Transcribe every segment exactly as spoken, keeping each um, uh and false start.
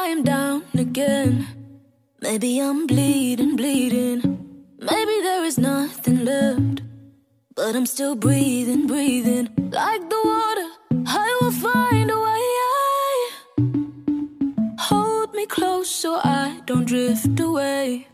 I am down again. Maybe I'm bleeding, bleeding. Maybe there is nothing left, but I'm still breathing, breathing. Like the water, I will find a way. Hold me close so I don't drift away.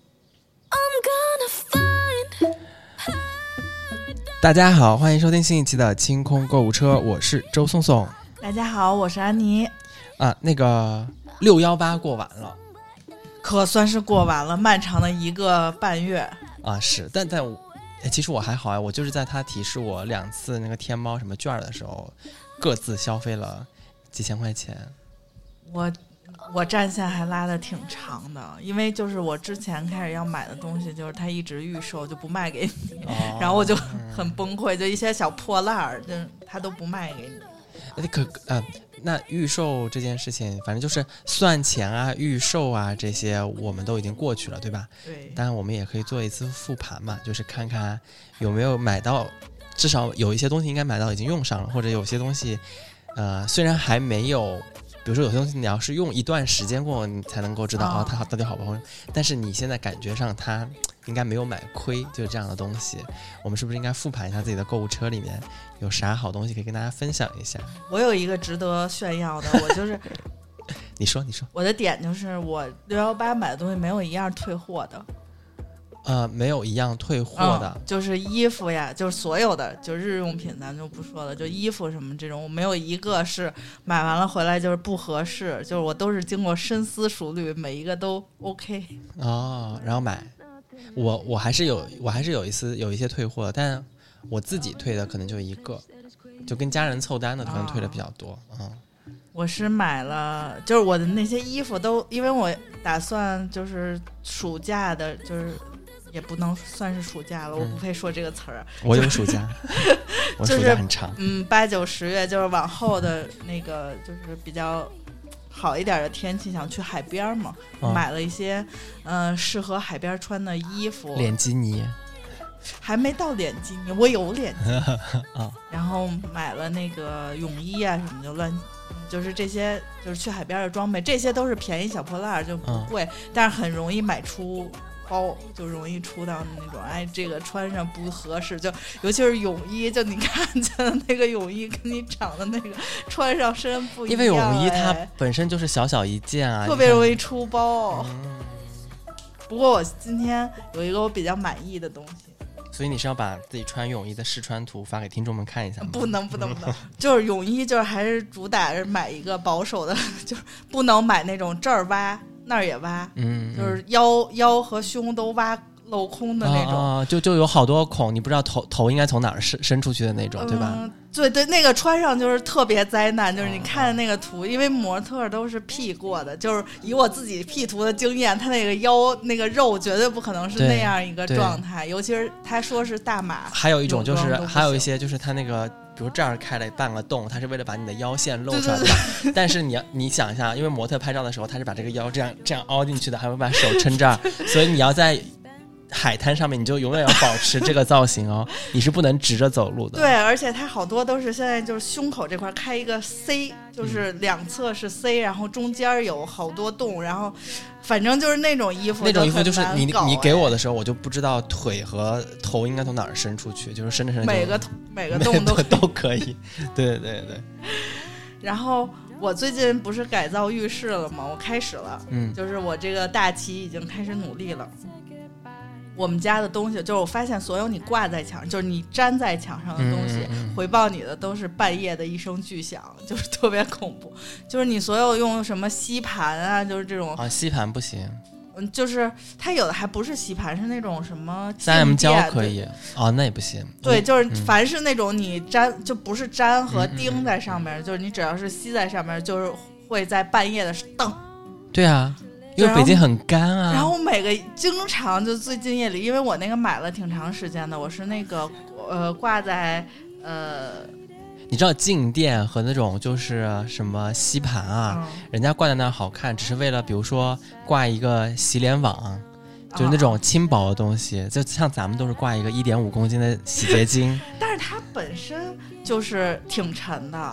I'm gonna find. 大家好，欢迎收听新一期的清空购物车，我是周颂颂。 大家好，我是安妮。 啊，那个六幺八过完了， 可算是过完了，漫长的一个半月啊，是，但但其实我还好啊，我就是在他提示我两次那个天猫什么券的时候，各自消费了几千块钱。 我我战线还拉得挺长的，因为就是我之前开始要买的东西，就是他一直预售就不卖给你，哦、然后我就很崩溃，就一些小破烂儿，就他都不卖给你。 可呃，那预售这件事情，反正就是算钱啊、预售啊这些，我们都已经过去了，对吧？ 对。 当然，我们也可以做一次复盘嘛，就是看看有没有买到，至少有一些东西应该买到已经用上了，或者有些东西，呃，虽然还没有。比如说有些东西你要是用一段时间过后你才能够知道啊、哦哦、它到底好不好用，但是你现在感觉上它应该没有买亏，就是这样的东西，我们是不是应该复盘一下自己的购物车里面有啥好东西可以跟大家分享一下？ 我有一个值得炫耀的，我就是你说你说我的点就是我六幺八买的东西没有一样退货的。 呃，没有一样退货的、 嗯，就是衣服呀，就是所有的，就日用品咱就不说了，就衣服什么这种，我没有一个是买完了回来就是不合适，就是我都是经过深思熟虑，每一个都 OK 哦，然后买。我我还是有我还是有一次有一些退货的，但我自己退的可能就一个，就跟家人凑单的可能退的比较多。嗯， 我是买了，就是我的那些衣服都，因为我打算就是暑假的，就是。也不能算是暑假了、嗯、我不配说这个词儿。 我有暑假我暑假很长、 就是、嗯，八九十月就是往后的那个就是比较好一点的天气，想去海边嘛、哦、买了一些呃适合海边穿的衣服。 脸基尼还没到脸基尼，我有脸基尼、 哦、 然后买了那个泳衣啊什么就乱，就是这些就是去海边的装备，这些都是便宜小破烂就不贵、嗯、但是很容易买出包，就容易出到那种哎，这个穿上不合适，就尤其是泳衣，就你看见的那个泳衣跟你长的那个穿上身不一样， 因为泳衣它本身就是小小一件啊， 特别容易出包、嗯、不过我今天有一个我比较满意的东西。 所以你是要把自己穿泳衣的试穿图发给听众们看一下吗？ 不能不能不能就是泳衣就是还是主打是买一个保守的，就是不能买那种这儿挖那儿也挖， 嗯， 就是腰腰和胸都挖镂空的那种， 啊、就就有好多孔，你不知道头头应该从哪儿伸伸出去的那种，对吧？ 嗯，对对，那个穿上就是特别灾难，就是你看的那个图，因为模特都是 P 过的，就是以我自己 P 图的经验，他那个腰那个肉绝对不可能是那样一个状态，尤其是他说是大码。 还有一种就是，还有一些就是他那个。比如这儿开了半个洞，它是为了把你的腰线露出来，对吧？但是你要你想一下，因为模特拍照的时候，他是把这个腰这样这样凹进去的，还会把手撑这儿，所以你要在海滩上面，你就永远要保持这个造型哦，你是不能直着走路的。 对，而且它好多都是现在就是胸口这块开一个 C， 就是两侧是 C，、嗯、然后中间有好多洞，然后反正就是那种衣服， 那种衣服就是你你给我的时候，我就不知道腿和头应该从哪儿伸出去，就是伸着伸着， 每个每个洞都可都可以。对对对。 然后我最近不是改造浴室了吗？我开始了，嗯，就是我这个大旗已经开始努力了。我们家的东西，就是我发现所有你挂在墙，就是你粘在墙上的东西，嗯嗯嗯回报你的都是半夜的一声巨响，就是特别恐怖。就是你所有用什么吸盘啊，就是这种啊，吸盘不行。 嗯，就是它有的还不是吸盘，是那种什么三 M 胶可以哦，那也不行。 对，就是凡是那种你粘，嗯、就不是粘和钉在上面，嗯嗯就是你只要是吸在上面，就是会在半夜的噔。 对啊。因为北京很干啊， 然后我每个经常就最近夜里，因为我那个买了挺长时间的，我是那个呃挂在呃， 你知道静电和那种就是什么吸盘啊、嗯，人家挂在那儿好看，只是为了比如说挂一个洗脸网，就是那种轻薄的东西，哦、就像咱们都是挂一个一点五公斤的洗洁精， 但是它本身就是挺沉的。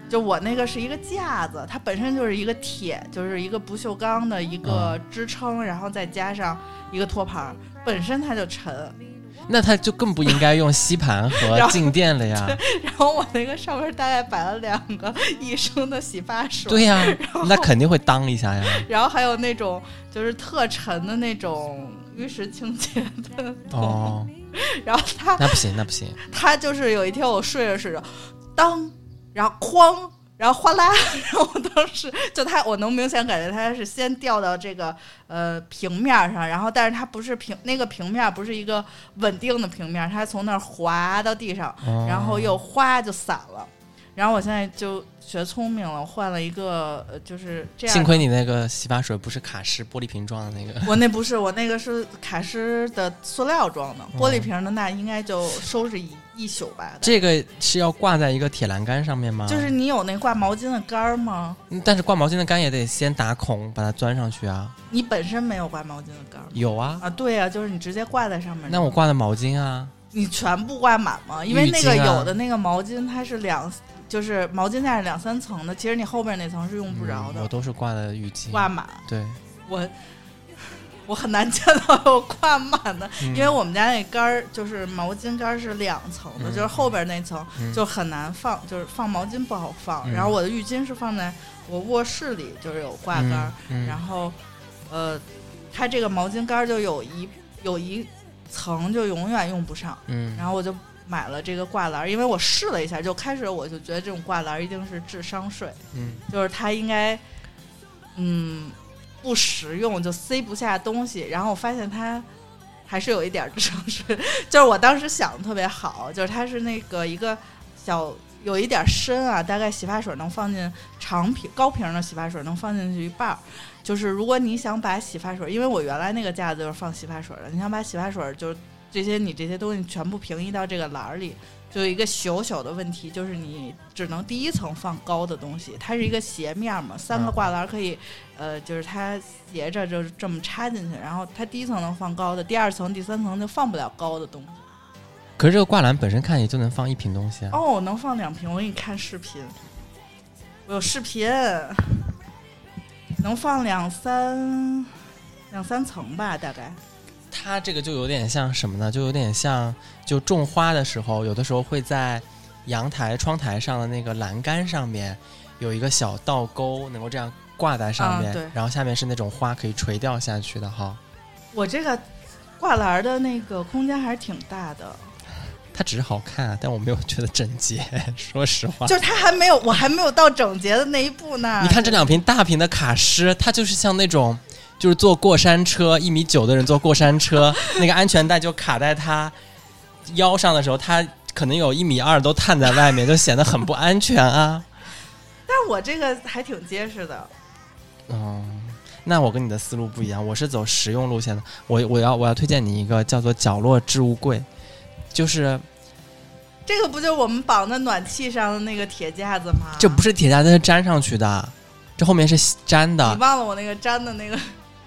就我那个是一个架子，它本身就是一个铁，就是一个不锈钢的一个支撑，嗯、然后再加上一个托盘，本身它就沉。 那它就更不应该用吸盘和静电了呀。 然后我那个上面大概摆了两个一升的洗发水。 对呀，那肯定会当一下呀。 然后还有那种就是特沉的那种浴室清洁的。哦。然后它那不行，那不行。 它就是有一天我睡着睡着，当，然后哐。然后哗啦，然后我当时就它，我能明显感觉它是先掉到这个呃平面上，然后但是它不是平，那个平面不是一个稳定的平面，它从那儿滑到地上，然后又哗就散了。然后我现在就学聪明了，换了一个呃就是这样。 幸亏你那个洗发水不是卡诗玻璃瓶装的那个。 我那不是，我那个是卡诗的塑料装的，玻璃瓶的那应该就收拾一。一宿吧。 这个是要挂在一个铁栏杆上面吗？ 就是你有那挂毛巾的杆吗？ 但是挂毛巾的杆也得先打孔把它钻上去啊。 你本身没有挂毛巾的杆？ 有啊。 啊，对啊，就是你直接挂在上面。 那我挂的毛巾啊？ 你全部挂满吗？因为那个有的那个毛巾它是两，就是毛巾架是两三层的，其实你后边那层是用不着的。 嗯、我都是挂的浴巾。 挂满。 对。 我。我很难见到有挂满的、嗯，因为我们家那杆儿就是毛巾杆是两层的、嗯，就是后边那层就很难放，嗯、就是放毛巾不好放、嗯。然后我的浴巾是放在我卧室里，就是有挂杆、嗯嗯，然后呃，它这个毛巾杆就有一有一层就永远用不上，嗯，然后我就买了这个挂篮，因为我试了一下，就开始我就觉得这种挂篮一定是智商税，嗯，就是它应该，嗯。不实用，就塞不下东西，然后我发现它还是有一点智商税，就是我当时想的特别好，就是它是那个一个小有一点深啊，大概洗发水能放进长瓶高瓶的洗发水能放进去一半，就是如果你想把洗发水，因为我原来那个架子就是放洗发水的，你想把洗发水就是这些你这些东西全部平移到这个篮里，就有一个小小的问题，就是你只能第一层放高的东西，它是一个斜面嘛，三个挂篮可以、嗯、呃，就是它斜着就这么插进去，然后它第一层能放高的，第二层第三层就放不了高的东西。 可是这个挂篮本身看也就能放一瓶东西啊。 哦，能放两瓶，我给你看视频，我有视频，能放两三两三层吧大概。 它这个就有点像什么呢？就有点像就种花的时候，有的时候会在阳台窗台上的那个栏杆上面有一个小倒钩，能够这样挂在上面、嗯、然后下面是那种花可以垂掉下去的哈。 我这个挂篮的那个空间还是挺大的， 它只是好看、啊、但我没有觉得整洁，说实话， 就是它还没有我还没有到整洁的那一步呢。 你看这两瓶大瓶的卡诗，它就是像那种就是坐过山车，一米九的人坐过山车，那个安全带就卡在他腰上的时候，他可能有一米二都探在外面，就显得很不安全啊。 但是我这个还挺结实的。 嗯，那我跟你的思路不一样，我是走实用路线的。我我要我要推荐你一个叫做角落置物柜，就是这个不就是我们绑在暖气上的那个铁架子吗？ 这不是铁架，这是粘上去的，这后面是粘的。 你忘了我那个粘的那个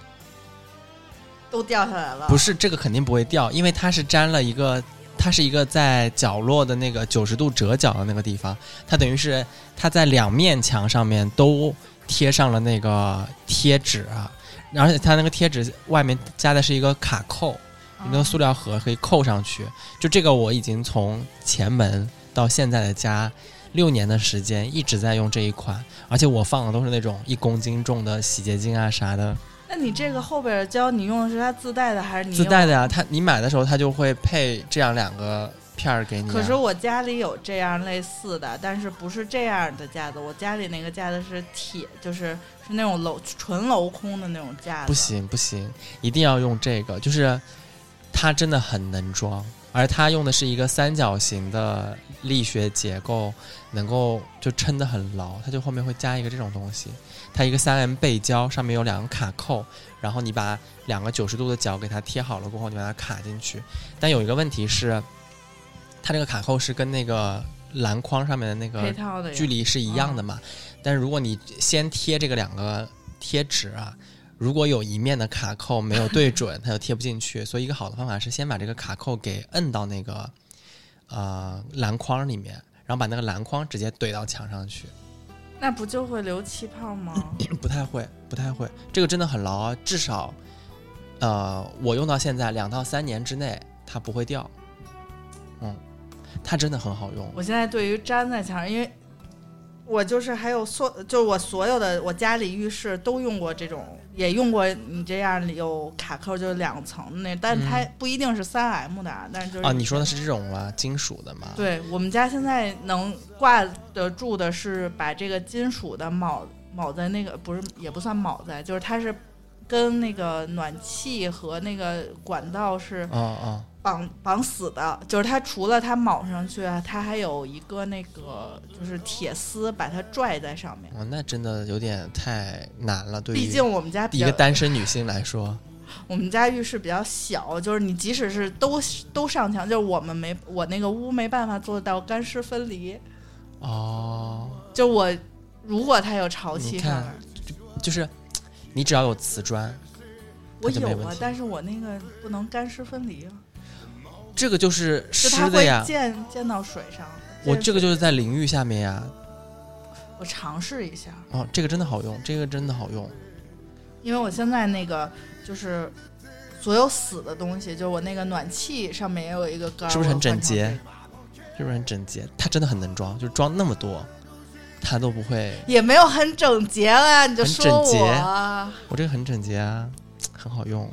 都掉下来了。 不是，这个肯定不会掉，因为它是粘了一个，它是一个在角落的那个九十度折角的那个地方，它等于是它在两面墙上面都贴上了那个贴纸啊，而且它那个贴纸外面加的是一个卡扣，一个塑料盒可以扣上去。就这个我已经从前门到现在的家六年的时间一直在用这一款，而且我放的都是那种一公斤重的洗洁精啊啥的。 那你这个后边的胶你用的是它自带的还是你自带的呀？它你买的时候它就会配这样两个片儿给你、啊。 可是我家里有这样类似的，但是不是这样的架子，我家里那个架子是铁，就是是那种镂纯镂空的那种架子。 不行不行，一定要用这个，就是它真的很能装，而它用的是一个三角形的力学结构，能够就撑得很牢，它就后面会加一个这种东西，它一个 三 M 背胶，上面有两个卡扣，然后你把两个九十度的角给它贴好了过后，你把它卡进去。但有一个问题是，它这个卡扣是跟那个篮筐上面的那个距离是一样的嘛，但是如果你先贴这个两个贴纸啊，如果有一面的卡扣没有对准，它就贴不进去。所以一个好的方法是先把这个卡扣给摁到那个呃篮筐里面，然后把那个篮筐直接怼到墙上去。 那不就会留气泡吗？ 不太会，不太会。这个真的很牢啊，至少，呃，我用到现在两到三年之内它不会掉。嗯，它真的很好用。 我现在对于粘在墙上，因为我就是还有所，就是我所有的我家里浴室都用过这种，也用过你这样有卡扣，就是两层的那，但它不一定是三 M 的，嗯、但是就是啊，你说的是这种啊，金属的吗？ 对，我们家现在能挂得住的是把这个金属的铆铆在那个，不是也不算铆在，就是它是跟那个暖气和那个管道是哦哦绑绑死的，就是它除了它铆上去，它还有一个那个就是铁丝把它拽在上面。 哦，那真的有点太难了，对于毕竟我们家一个单身女性来说， 我们家浴室比较小，就是你即使是都都上墙，就是我们没我那个屋没办法做到干湿分离。 哦， 就我如果它有潮气上面， 就是你只要有瓷砖， 我有啊，但是我那个不能干湿分离啊。 这个就是湿的呀， 溅溅到水上。 我这个就是在淋浴下面呀。 我尝试一下。 哦，这个真的好用，这个真的好用。 因为我现在那个就是所有死的东西，就是我那个暖气上面也有一个杆， 是不是很整洁？是不是很整洁？它真的很能装，就是装那么多，它都不会。 也没有很整洁了，你就说我。 很整洁，我这个很整洁啊，很好用。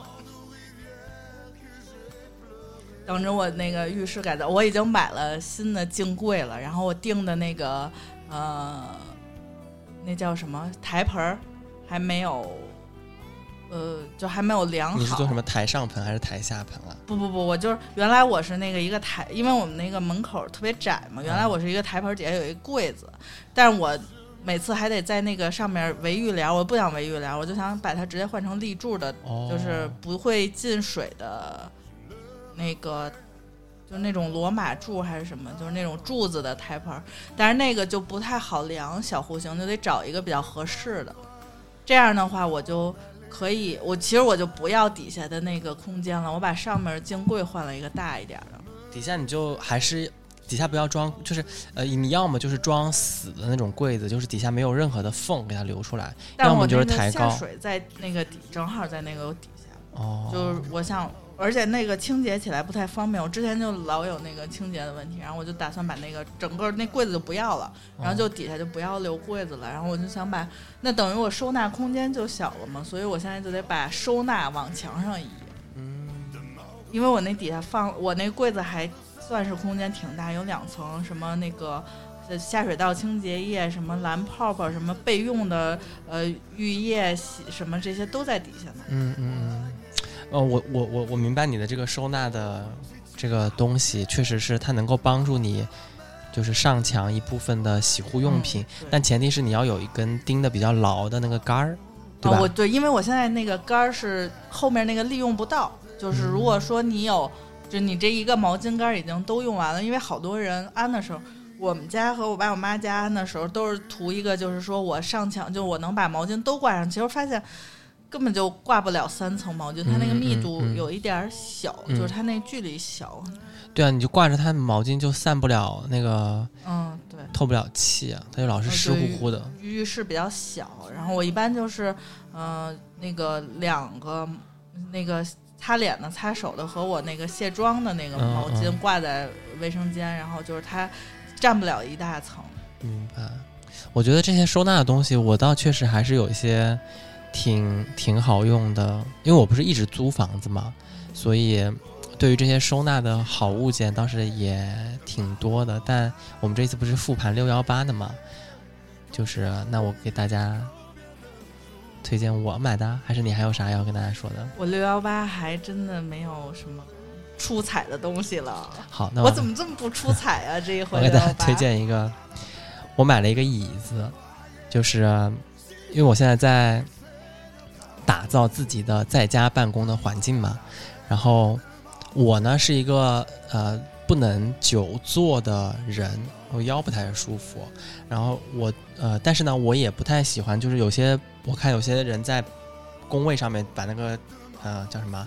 等着我那个浴室改造，我已经买了新的镜柜了，然后我订的那个呃，那叫什么台盆还没有，呃，就还没有量好。 你是做什么台上盆还是台下盆啊？ 不不不，我就是原来我是那个一个台，因为我们那个门口特别窄嘛，原来我是一个台盆底下有一个柜子，但是我每次还得在那个上面围浴帘，我不想围浴帘，我就想把它直接换成立柱的， 哦、 就是不会进水的。那个就是那种罗马柱还是什么，就是那种柱子的台盆，但是那个就不太好量，小户型就得找一个比较合适的。这样的话，我就可以，我其实我就不要底下的那个空间了，我把上面镜柜换了一个大一点的。 底下你就还是底下不要装，就是呃，你要么就是装死的那种柜子，就是底下没有任何的缝给它留出来，要么就是抬高。 下水在那个底，正好在那个底下。 哦， 就是我想。而且那个清洁起来不太方便，我之前就老有那个清洁的问题，然后我就打算把那个整个那柜子就不要了，然后就底下就不要留柜子了，然后我就想把那等于我收纳空间就小了嘛，所以我现在就得把收纳往墙上移。 嗯， 因为我那底下放我那柜子还算是空间挺大，有两层，什么那个下水道清洁液，什么蓝泡泡，什么备用的呃浴液洗什么这些都在底下呢。 嗯嗯嗯。呃，我我我我明白你的这个收纳的这个东西，确实是它能够帮助你，就是上墙一部分的洗护用品， 嗯、 但前提是你要有一根钉的比较牢的那个杆儿，对吧？ 哦、我对，因为我现在那个杆儿是后面那个利用不到，就是如果说你有，嗯、就你这一个毛巾杆已经都用完了，因为好多人安的时候。我们家和我爸我妈家安的时候都是图一个，就是说我上墙就我能把毛巾都挂上，其实发现。根本就挂不了三层毛巾，它那个密度有一点小， 嗯嗯嗯、 就是它那距离小。 对啊，你就挂着它毛巾就散不了那个， 嗯，对， 透不了气啊，它就老是湿乎乎的。 浴室比较小，然后我一般就是，呃，那个两个那个擦脸的、擦手的和我那个卸妆的那个毛巾挂在卫生间，嗯嗯、然后就是它占不了一大层。 明白。我觉得这些收纳的东西，我倒确实还是有一些。挺挺好用的，因为我不是一直租房子嘛，所以对于这些收纳的好物件倒是也挺多的。但我们这一次不是复盘六一八的嘛，就是那我给大家推荐我买的，还是你还有啥要跟大家说的？ 我六一八还真的没有什么出彩的东西了。 好，那我, 我怎么这么不出彩啊？这一回我给大家推荐一个，我买了一个椅子，就是因为我现在在。打造自己的在家办公的环境嘛，然后我呢是一个呃不能久坐的人，我腰不太舒服，然后我呃但是呢我也不太喜欢，就是有些我看有些人在工位上面把那个呃叫什么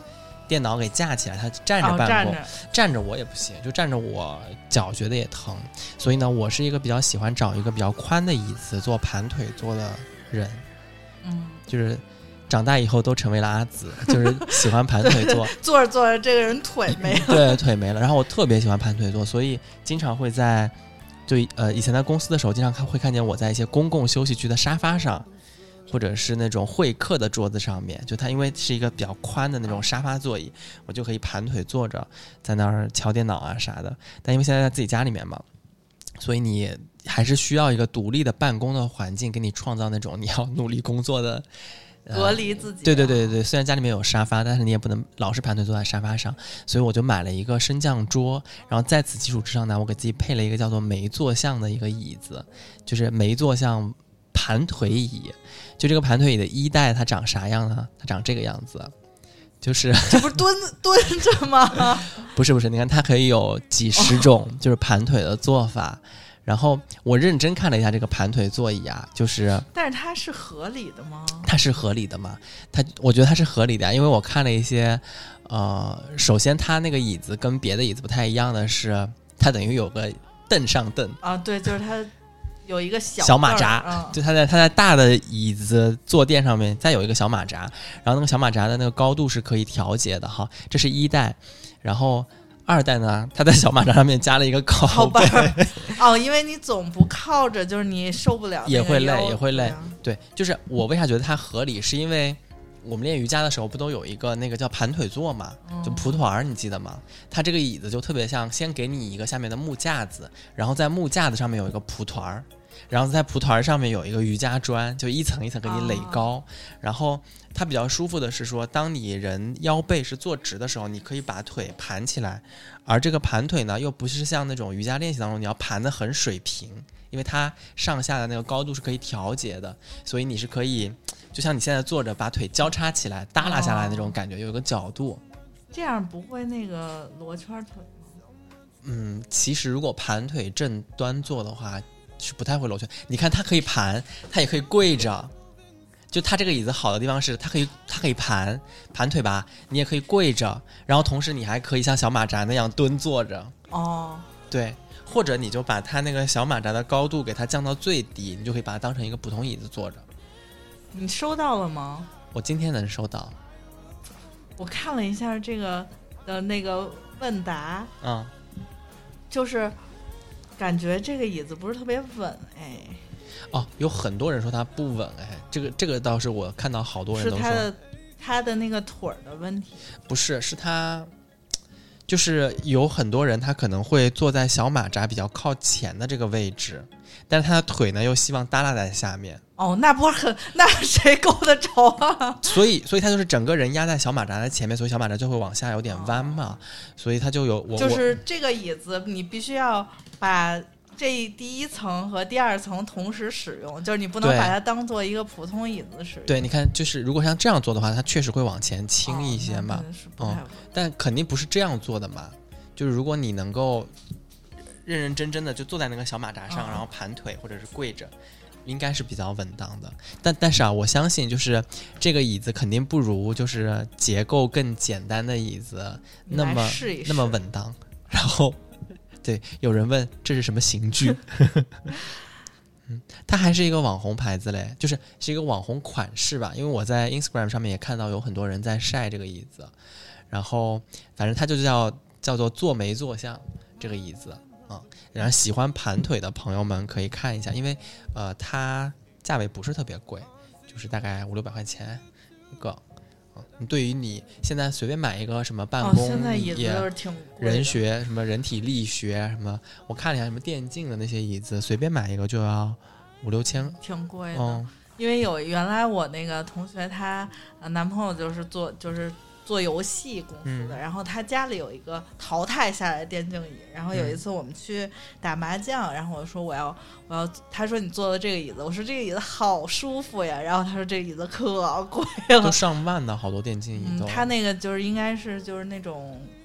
电脑给架起来，它站着办公、哦、站着站着我也不行，就站着我脚觉得也疼，所以呢我是一个比较喜欢找一个比较宽的椅子做盘腿坐的人。 嗯， 就是长大以后都成为了阿紫，就是喜欢盘腿坐坐着坐着这个人腿没了对，腿没了。然后我特别喜欢盘腿坐，所以经常会在就呃以前在公司的时候经常看会看见我在一些公共休息区的沙发上，或者是那种会客的桌子上面，就它因为是一个比较宽的那种沙发座椅，我就可以盘腿坐着在那儿敲电脑啊啥的。但因为现在在自己家里面嘛，所以你还是需要一个独立的办公的环境，给你创造那种你要努力工作的、 呃、隔离自己。 对对对对，虽然家里面有沙发，但是你也不能老是盘腿坐在沙发上，所以我就买了一个升降桌，然后在此基础之上呢，我给自己配了一个叫做梅坐向的一个椅子，就是梅坐向盘腿椅。就这个盘腿椅的一代它长啥样呢？它长这个样子，就是这不是蹲蹲着吗？ 不是不是，你看它可以有几十种就是盘腿的做法。哦，然后我认真看了一下这个盘腿座椅啊，就是但是它是合理的吗？ 它是合理的吗？它我觉得它是合理的，因为我看了一些呃，首先它那个椅子跟别的椅子不太一样的是，它等于有个凳上凳啊，对，就是它有一个小小马扎， 嗯， 就它在它在大的椅子坐垫上面再有一个小马扎，然后那个小马扎的那个高度是可以调节的哈，这是一代。然后二代呢，它在小马扎上面加了一个靠背哦，因为你总不靠着，就是你受不了， 也会累，也会累。对，就是我为啥觉得它合理，是因为我们练瑜伽的时候不都有一个那个叫盘腿坐嘛，就蒲团，你记得吗？它这个椅子就特别像，先给你一个下面的木架子，然后在木架子上面有一个蒲团，然后在蒲团上面有一个瑜伽砖，就一层一层给你垒高，哦，然后它比较舒服的是说，当你人腰背是坐直的时候，你可以把腿盘起来，而这个盘腿呢又不是像那种瑜伽练习当中你要盘得很水平，因为它上下的那个高度是可以调节的，所以你是可以就像你现在坐着把腿交叉起来耷拉下来那种感觉，哦，有一个角度， 这样不会那个罗圈腿吗？ 嗯，其实如果盘腿正端坐的话是不太会罗圈。你看它可以盘，它也可以跪着，就它这个椅子好的地方是它可以它可以盘盘腿吧，你也可以跪着，然后同时你还可以像小马扎那样蹲坐着。 哦， 对，或者你就把它那个小马扎的高度给它降到最低，你就可以把它当成一个普通椅子坐着。 你收到了吗？ 我今天能收到。 我看了一下这个的那个问答， 嗯， 就是感觉这个椅子不是特别稳，哎。 哦，有很多人说它不稳，哎，这个这个倒是我看到好多人都说是它的它的那个腿的问题， 不是，是它就是有很多人他可能会坐在小马扎比较靠前的这个位置，但是他的腿呢又希望耷拉在下面。 哦，那不是很，那谁够得着啊？ 所以，所以他就是整个人压在小马扎的前面，所以小马扎就会往下有点弯嘛，哦，所以他就有我就是这个椅子，你必须要把这第一层和第二层同时使用，就是你不能把它当做一个普通椅子使用。 对，你看，就是如果像这样做的话，它确实会往前倾一些嘛， 哦， 嗯，但肯定不是这样做的嘛。就是如果你能够认认真真的就坐在那个小马扎上，哦，然后盘腿或者是跪着，应该是比较稳当的。但但是啊，我相信就是这个椅子肯定不如就是结构更简单的椅子那么试一试那么稳当。然后。对，有人问这是什么刑具？嗯，它还是一个网红牌子嘞，就是是一个网红款式吧。因为我在 Instagram 上面也看到有很多人在晒这个椅子，然后反正它就叫叫做坐没坐相这个椅子啊。然后喜欢盘腿的朋友们可以看一下，因为呃它价位不是特别贵，就是大概五六百块钱一个。对于你现在随便买一个什么办公椅、 哦、现在椅子就是挺贵的， 人学什么人体力学什么，我看了一下什么电竞的那些椅子，随便买一个就要五六千， 挺贵的。 嗯， 因为有原来我那个同学她男朋友就是做就是做游戏公司的、嗯、然后他家里有一个淘汰下来的电竞椅，然后有一次我们去打麻将、嗯、然后我说我要我要他说你坐的这个椅子，我说这个椅子好舒服呀，然后他说这个椅子可贵了， 都上万的好多电竞椅都、 嗯、他那个就是应该是就是那种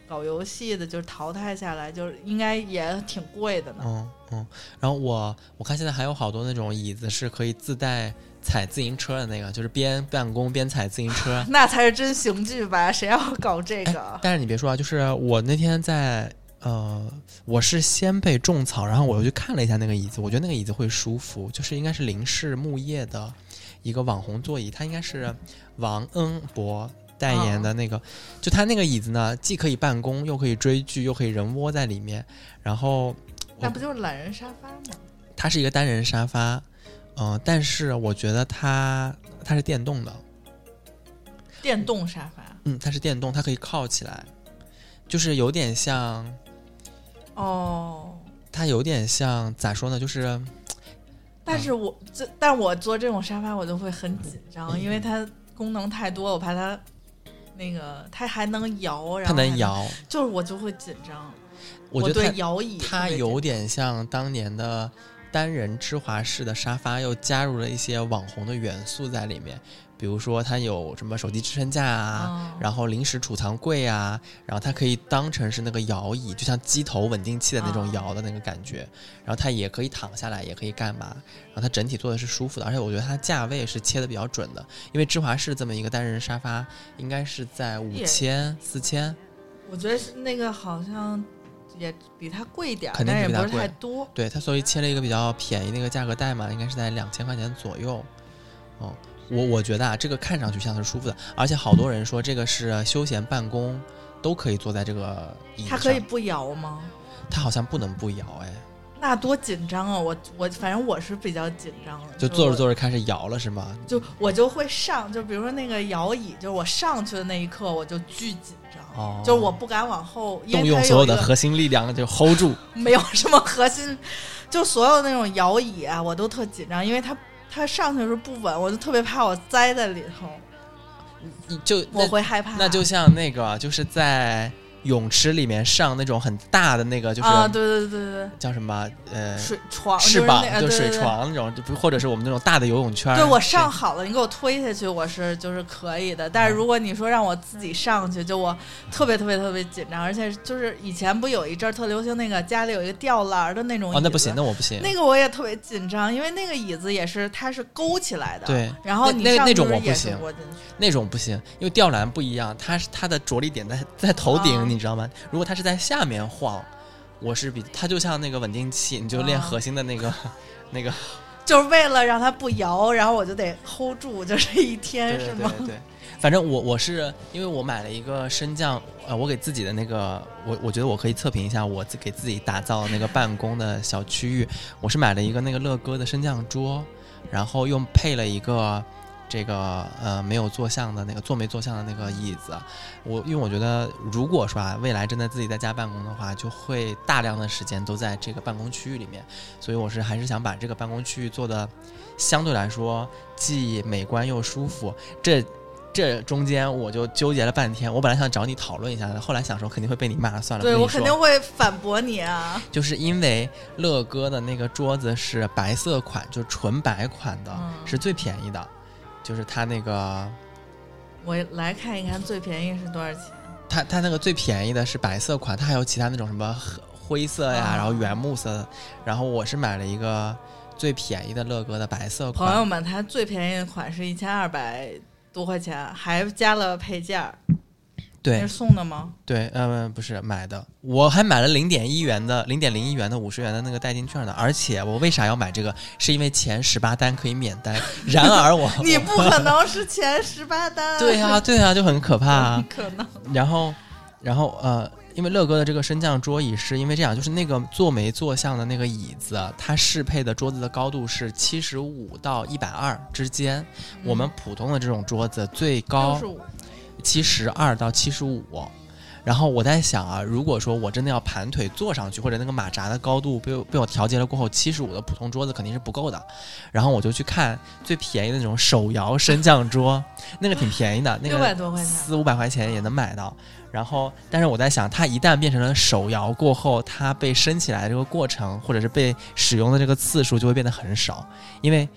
搞游戏的，就是淘汰下来，就是应该也挺贵的呢。 嗯嗯。然后我我看现在还有好多那种椅子是可以自带踩自行车的那个，就是边办公边踩自行车， 那才是真刑具吧？谁要搞这个？ 但是你别说啊，就是我那天在呃，我是先被种草，然后我又去看了一下那个椅子，我觉得那个椅子会舒服，就是应该是林氏木业的一个网红座椅，它应该是王恩博代言的那个、哦、就它那个椅子呢既可以办公又可以追剧又可以人窝在里面，然后那不就是懒人沙发吗？ 它是一个单人沙发，嗯、呃，但是我觉得它它是电动的， 电动沙发， 嗯，它是电动，它可以靠起来，就是有点像哦， 它有点像咋说呢，就是但是我这、嗯、但我坐这种沙发我就会很紧张、嗯、因为它功能太多，我怕它那个它还能摇，然后它能摇， 就是我就会紧张。 我觉得对摇椅它有点像当年的单人芝华士的沙发，又加入了一些网红的元素在里面，比如说它有什么手机支撑架啊、哦、然后零食储藏柜啊，然后它可以当成是那个摇椅，就像机头稳定器的那种摇的那个感觉、哦、然后它也可以躺下来也可以干嘛，然后它整体做的是舒服的，而且我觉得它价位是切的比较准的，因为芝华士这么一个单人沙发应该是在五千四千， 我觉得那个好像也比它贵一点， 肯定是比它贵， 但也不是太多。 对，它所以切了一个比较便宜的一个价格带嘛，应该是在两千块钱左右。哦，我我觉得啊，这个看上去像是舒服的，而且好多人说这个是休闲办公都可以坐在这个椅子上。 它可以不摇吗？ 它好像不能不摇，哎， 那多紧张啊！我我反正我是比较紧张的， 就坐着坐着开始摇了是吗？ 就我就会上，就比如说那个摇椅，就是我上去的那一刻我就巨紧张。哦、就是我不敢往后，因为动用所有的核心力量就 hold 住， 没有什么核心，就所有那种摇椅啊，我都特紧张，因为它它上去的时候不稳，我就特别怕我栽在里头， 就我会害怕。 那就像那个就是在泳池里面上那种很大的那个，就是啊，对对对对， 叫什么呃水床是吧？ 就是、 就水床那种，就或者是我们那种大的游泳圈。 对，我上好了，你给我推下去，我是就是可以的。但是如果你说让我自己上去，就我特别特别特别紧张，而且就是以前不有一阵特流行那个家里有一个吊篮的那种椅子， 哦，那不行，那我不行。 那个我也特别紧张，因为那个椅子也是它是勾起来的， 对， 然后你那那种我不行，那种不行，因为吊篮不一样，它是它的着力点在在头顶、哦，你知道吗？如果它是在下面晃，我是比它就像那个稳定器，你就练核心的那个、哦、那个， 就是为了让它不摇，然后我就得 hold 住，就这一天是吗？ 对对对对，反正我我是因为我买了一个升降，呃，我给自己的那个，我我觉得我可以测评一下我自给自己打造那个办公的小区域，我是买了一个那个乐高的升降桌，然后又配了一个。这个呃没有坐向的那个坐没坐向的那个椅子，我因为我觉得如果说啊未来真的自己在家办公的话，就会大量的时间都在这个办公区域里面，所以我是还是想把这个办公区域做的相对来说既美观又舒服。这这中间我就纠结了半天，我本来想找你讨论一下的，后来想说肯定会被你骂，算了。 对，我肯定会反驳你啊。 就是因为乐高的那个桌子是白色款，就纯白款的、嗯、是最便宜的。就是它那个， 我来看一看最便宜是多少钱。 它它那个最便宜的是白色款，它还有其他那种什么灰色呀、哦，然后原木色的。然后我是买了一个最便宜的乐高的白色款。 朋友们，它最便宜的款是一千二百多块钱，还加了配件。 对， 是送的吗？ 对，呃，不是买的，我还买了零点一元的、零点零一元的五十元的那个代金券呢。而且我为啥要买这个？是因为前十八单可以免单。然而我你不可能是前十八单。 对啊，对啊，就很可怕、啊。 可能。 然后，然后呃，因为乐高的这个升降桌椅是因为这样，就是那个坐没坐向的那个椅子，它适配的桌子的高度是七十五到一百二之间、嗯。我们普通的这种桌子最高。 六十五。 七十二到七十五，然后我在想啊，如果说我真的要盘腿坐上去，或者那个马扎的高度被我被我调节了过后，七十五的普通桌子肯定是不够的。然后我就去看最便宜的那种手摇升降桌，那个挺便宜的，那个六百多块钱， 四五百块钱也能买到。然后，但是我在想，它一旦变成了手摇过后，它被升起来的这个过程，或者是被使用的这个次数就会变得很少，因为。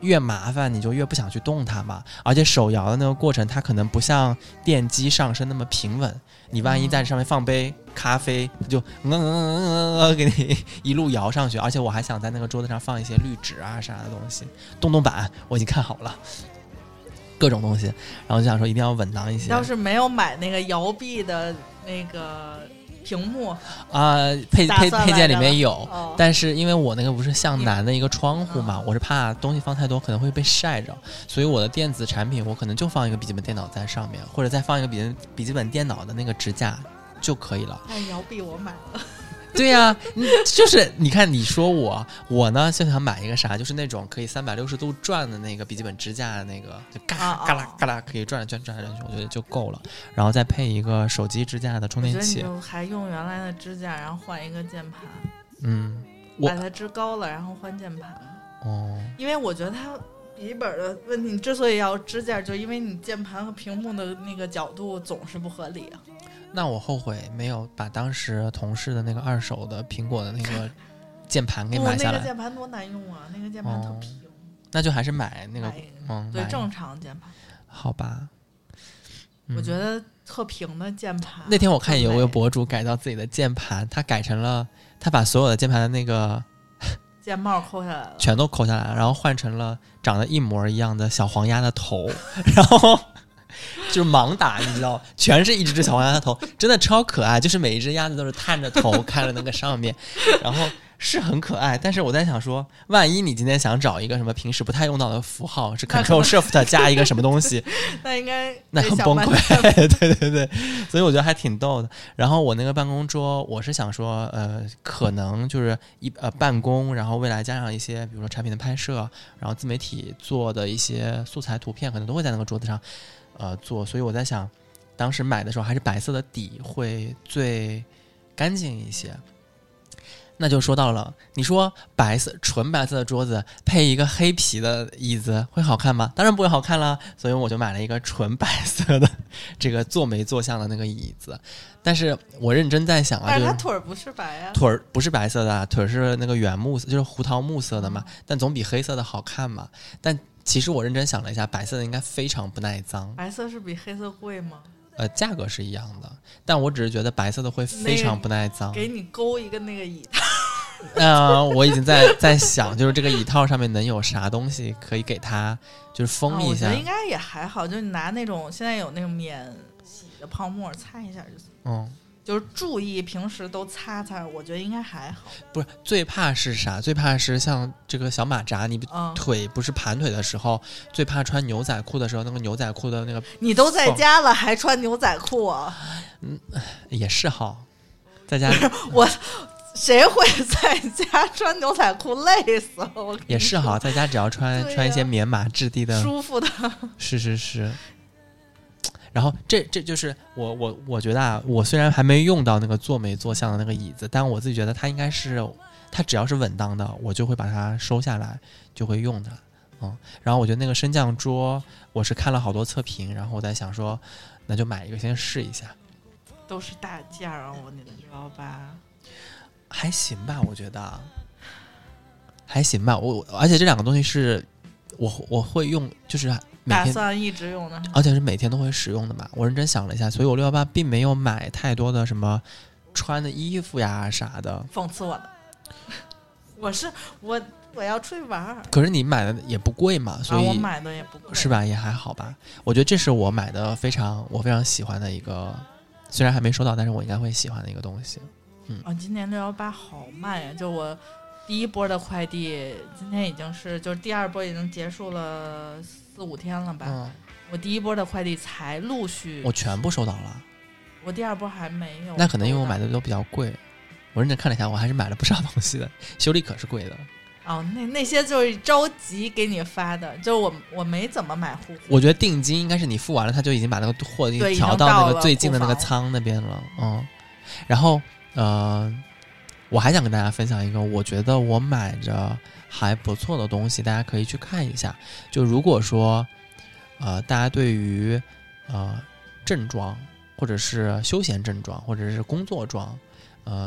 越麻烦你就越不想去动它嘛。而且手摇的那个过程，它可能不像电机上升那么平稳，你万一在上面放杯咖啡，就嗯嗯嗯嗯给你一路摇上去。而且我还想在那个桌子上放一些滤纸啊啥的东西，动动板我已经看好了。各种东西，然后就想说一定要稳当一些。 要是没有买那个摇臂的那个屏幕啊、呃，配配配件里面有、 哦， 但是因为我那个不是向南的一个窗户嘛，我是怕东西放太多可能会被晒着，所以我的电子产品我可能就放一个笔记本电脑在上面，或者再放一个笔笔记本电脑的那个支架就可以了。 但摇臂我买了。 对呀、啊，就是你看，你说我我呢就想买一个啥，就是那种可以三百六十度转的那个笔记本支架的那个，就嘎啦嘎啦嘎啦可以转来转转来转去，我觉得就够了。然后再配一个手机支架的充电器。 我觉得你就还用原来的支架，然后换一个键盘。 嗯， 我把它支高了，然后换键盘。 哦， 因为我觉得它笔记本的问题，你之所以要支架，就因为你键盘和屏幕的那个角度总是不合理啊。 那我后悔没有把当时同事的那个二手的苹果的那个键盘给买下来。 哦、那个键盘多难用啊！那个键盘特平、哦。 那就还是买那个，嗯， 对，正常键盘。 好吧、 嗯。我觉得特平的键盘。 那天我看有个博主改造自己的键盘，他改成了，他把所有的键盘的那个键帽抠下来了， 全都抠下来了，然后换成了长得一模一样的小黄鸭的头，然后。就是盲打，你知道，全是一只只小黄鸭的头，真的超可爱。就是每一只鸭子都是探着头看着那个上面，然后是很可爱。但是我在想说，万一你今天想找一个什么平时不太用到的符号，是 Control Shift 加一个什么东西， 那应该那很崩溃。对对对，所以我觉得还挺逗的。然后我那个办公桌，我是想说，呃，可能就是一呃办公，然后未来加上一些，比如说产品的拍摄，然后自媒体做的一些素材图片，可能都会在那个桌子上。呃，做，所以我在想，当时买的时候还是白色的底会最干净一些。那就说到了，你说白色纯白色的桌子配一个黑皮的椅子会好看吗？当然不会好看了，所以我就买了一个纯白色的这个坐没坐相的那个椅子。但是我认真在想啊， 但是它腿儿不是白呀、啊， 腿儿不是白色的、啊，腿儿是那个原木色，就是胡桃木色的嘛，但总比黑色的好看嘛。但其实我认真想了一下，白色的应该非常不耐脏。 白色是比黑色贵吗？ 呃，价格是一样的，但我只是觉得白色的会非常不耐脏。 那个、给你勾一个那个椅套。 呃，我已经在在想，就是这个椅套上面能有啥东西可以给它，就是封一下。 啊、我觉得应该也还好，就你拿那种现在有那种免洗的泡沫擦一下就行。 嗯。 就是注意平时都擦擦，我觉得应该还好。 不是，最怕是啥？最怕是像这个小马扎，你腿不是盘腿的时候，嗯、最怕穿牛仔裤的时候，那个牛仔裤的那个。 你都在家了，还穿牛仔裤啊？ 嗯，也是哈，在家我谁会在家穿牛仔裤？累死了！我也是哈，在家只要穿、啊、穿一些棉麻质地的， 舒服的。 是是是。然后这这就是我我我觉得啊，我虽然还没用到那个坐没坐相的那个椅子，但我自己觉得它应该是，它只要是稳当的，我就会把它收下来，就会用它。嗯，然后我觉得那个升降桌，我是看了好多测评，然后我在想说，那就买一个先试一下。 都是大件啊，我你知道吧？ 还行吧，我觉得还行吧。我而且这两个东西是我我会用，就是每天打算一直用的， 而且是每天都会使用的嘛。我认真想了一下，所以我六幺八并没有买太多的什么穿的衣服呀啥的。 讽刺我的，我是我我要出去玩。 可是你买的也不贵嘛，所以、 啊、我买的也不贵， 是吧？也还好吧。我觉得这是我买的非常我非常喜欢的一个，虽然还没收到，但是我应该会喜欢的一个东西。嗯， 啊，今年六幺八好慢呀！就我第一波的快递，今天已经是就是第二波已经结束了四五天了吧？ 嗯， 我第一波的快递才陆续， 我全部收到了。 我第二波还没有。 那可能因为我买的都比较贵，我认真看了一下，我还是买了不少东西的。修理可是贵的。 哦，那那些就是着急给你发的，就我我没怎么买护肤。 我觉得定金应该是你付完了，他就已经把那个货调到那个最近的那个仓那边了。嗯，然后呃，我还想跟大家分享一个，我觉得我买着还不错的东西，大家可以去看一下。就如果说呃，大家对于呃正装或者是休闲正装或者是工作装，呃。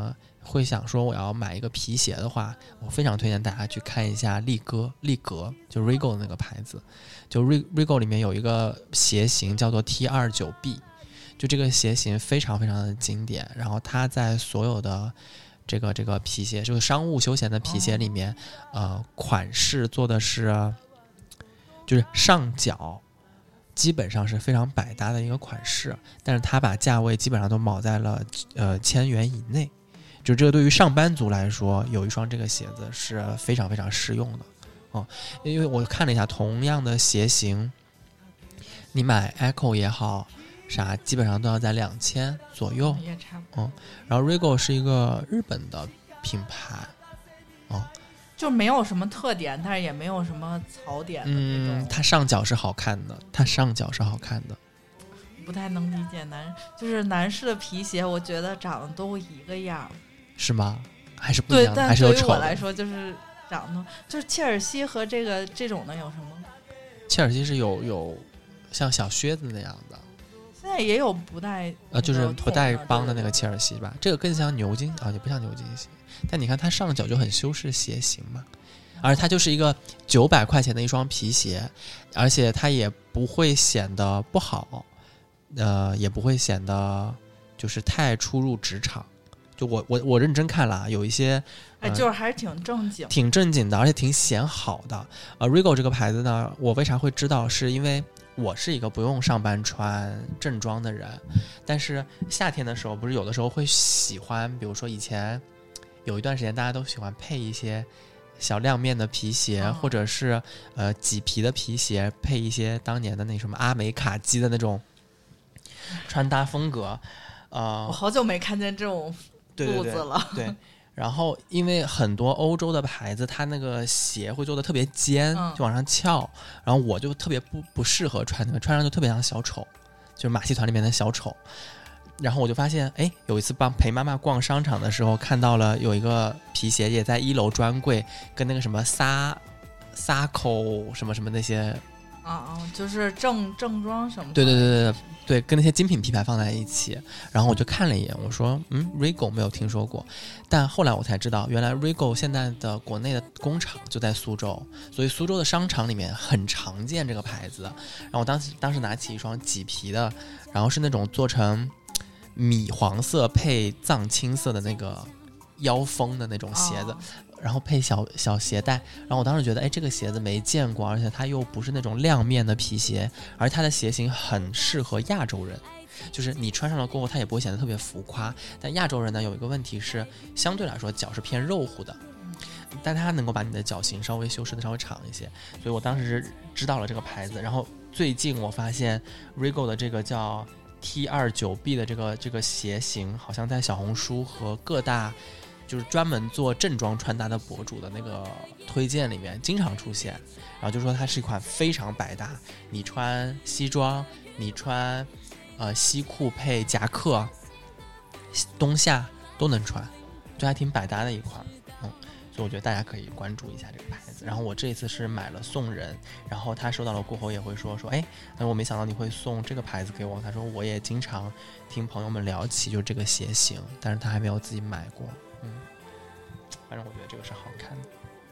会想说我要买一个皮鞋的话，我非常推荐大家去看一下力哥力格，就 Regal 的那个牌子。就 Regal 里面有一个鞋型叫做 T 二十九 B， 就这个鞋型非常非常的经典，然后它在所有的这个这个皮鞋，就是商务休闲的皮鞋里面，呃，款式做的是就是上脚基本上是非常百搭的一个款式，但是它把价位基本上都铆在了呃千元以内，就这个对于上班族来说，有一双这个鞋子是非常非常实用的哦。因为我看了一下，同样的鞋型，你买 Echo 也好，啥基本上都要在两千左右， 也差不多。 嗯，然后 Regal 是一个日本的品牌，哦。 就没有什么特点，但是也没有什么槽点的那种。 嗯，它上脚是好看的，它上脚是好看的。 不太能理解男，就是男士的皮鞋，我觉得长得都一个样。 是吗？还是不一样的？ 对， 还是有丑的？ 但对于我来说，就是长得就是切尔西和这个这种的有什么？ 切尔西是有有像小靴子那样的。 现在也有不带呃，就是不带帮的那个对对对切尔西吧，这个更像牛津啊，也不像牛津鞋。但你看它上脚就很修饰鞋型嘛，而它就是一个九百块钱的一双皮鞋，而且它也不会显得不好，呃，也不会显得就是太初入职场。就我我我认真看了，有一些哎，就是还是挺正经， 挺正经的，而且挺显好的。呃 Regal 这个牌子呢，我为啥会知道？是因为我是一个不用上班穿正装的人，但是夏天的时候，不是有的时候会喜欢，比如说以前有一段时间大家都喜欢配一些小亮面的皮鞋， 哦、 或者是呃麂皮的皮鞋，配一些当年的那什么阿美卡基的那种穿搭风格。呃， 我好久没看见这种路子了。 对，对对然后因为很多欧洲的牌子，它那个鞋会做的特别尖， 嗯、 就往上翘，然后我就特别不不适合穿那个，穿上就特别像小丑，就是马戏团里面的小丑。然后我就发现，哎，有一次帮陪妈妈逛商场的时候，看到了有一个皮鞋也在一楼专柜，跟那个什么撒撒口什么什么那些， 啊啊，就是正正装什么的， 对对对对对，对，跟那些精品皮牌放在一起。然后我就看了一眼，我说，嗯 ，Regal 没有听说过，但后来我才知道，原来 Regal 现在的国内的工厂就在苏州，所以苏州的商场里面很常见这个牌子。然后我当时当时拿起一双麂皮的，然后是那种做成米黄色配藏青色的那个腰封的那种鞋子，哦、然后配小小鞋带，然后我当时觉得，哎，这个鞋子没见过，而且它又不是那种亮面的皮鞋，而它的鞋型很适合亚洲人，就是你穿上了过后，它也不会显得特别浮夸。但亚洲人呢，有一个问题是，相对来说脚是偏肉乎的，但它能够把你的脚型稍微修饰的稍微长一些，所以我当时知道了这个牌子。然后最近我发现 Regal 的这个叫T 二十九 B 的这个这个鞋型，好像在小红书和各大就是专门做正装穿搭的博主的那个推荐里面经常出现，然后就说它是一款非常百搭，你穿西装，你穿呃西裤配夹克，冬夏都能穿，就还挺百搭的一款。嗯，所以我觉得大家可以关注一下这个牌子。然后我这一次是买了送人，然后他收到了过后也会说说，哎，但是我没想到你会送这个牌子给我。他说我也经常听朋友们聊起就这个鞋型，但是他还没有自己买过。嗯，反正我觉得这个是好看的。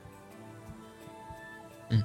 嗯，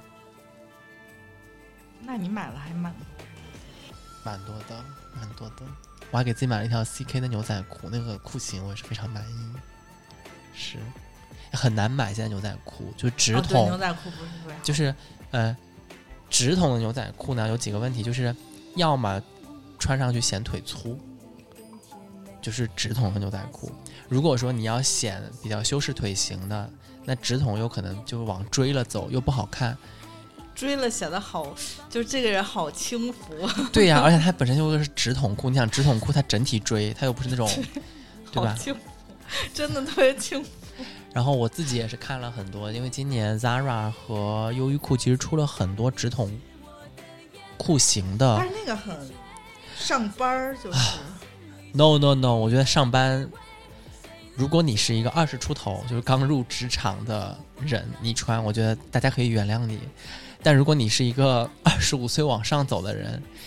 那你买了还蛮蛮多的，蛮多的。我还给自己买了一条 C K 的牛仔裤，那个裤型我也是非常满意。是。很难买现在牛仔裤，就直筒、 哦、牛仔裤不是对， 就是呃，直筒的牛仔裤呢有几个问题，就是要么穿上去显腿粗，就是直筒的牛仔裤。如果说你要显比较修饰腿型的，那直筒有可能就往追了走，又不好看。 追了显得好，就是这个人好轻浮。 对呀、啊，而且它本身就是直筒裤，你想直筒裤它整体追，它又不是那种，对吧？ 轻浮，真的特别轻浮。 然后我自己也是看了很多，因为今年 Zara 和优衣库其实出了很多直筒裤型的， 但是那个很上班就是、啊、 no no no 我觉得上班，如果你是一个二十出头就是刚入职场的人，你穿我觉得大家可以原谅你，但如果你是一个二十五岁往上走的人，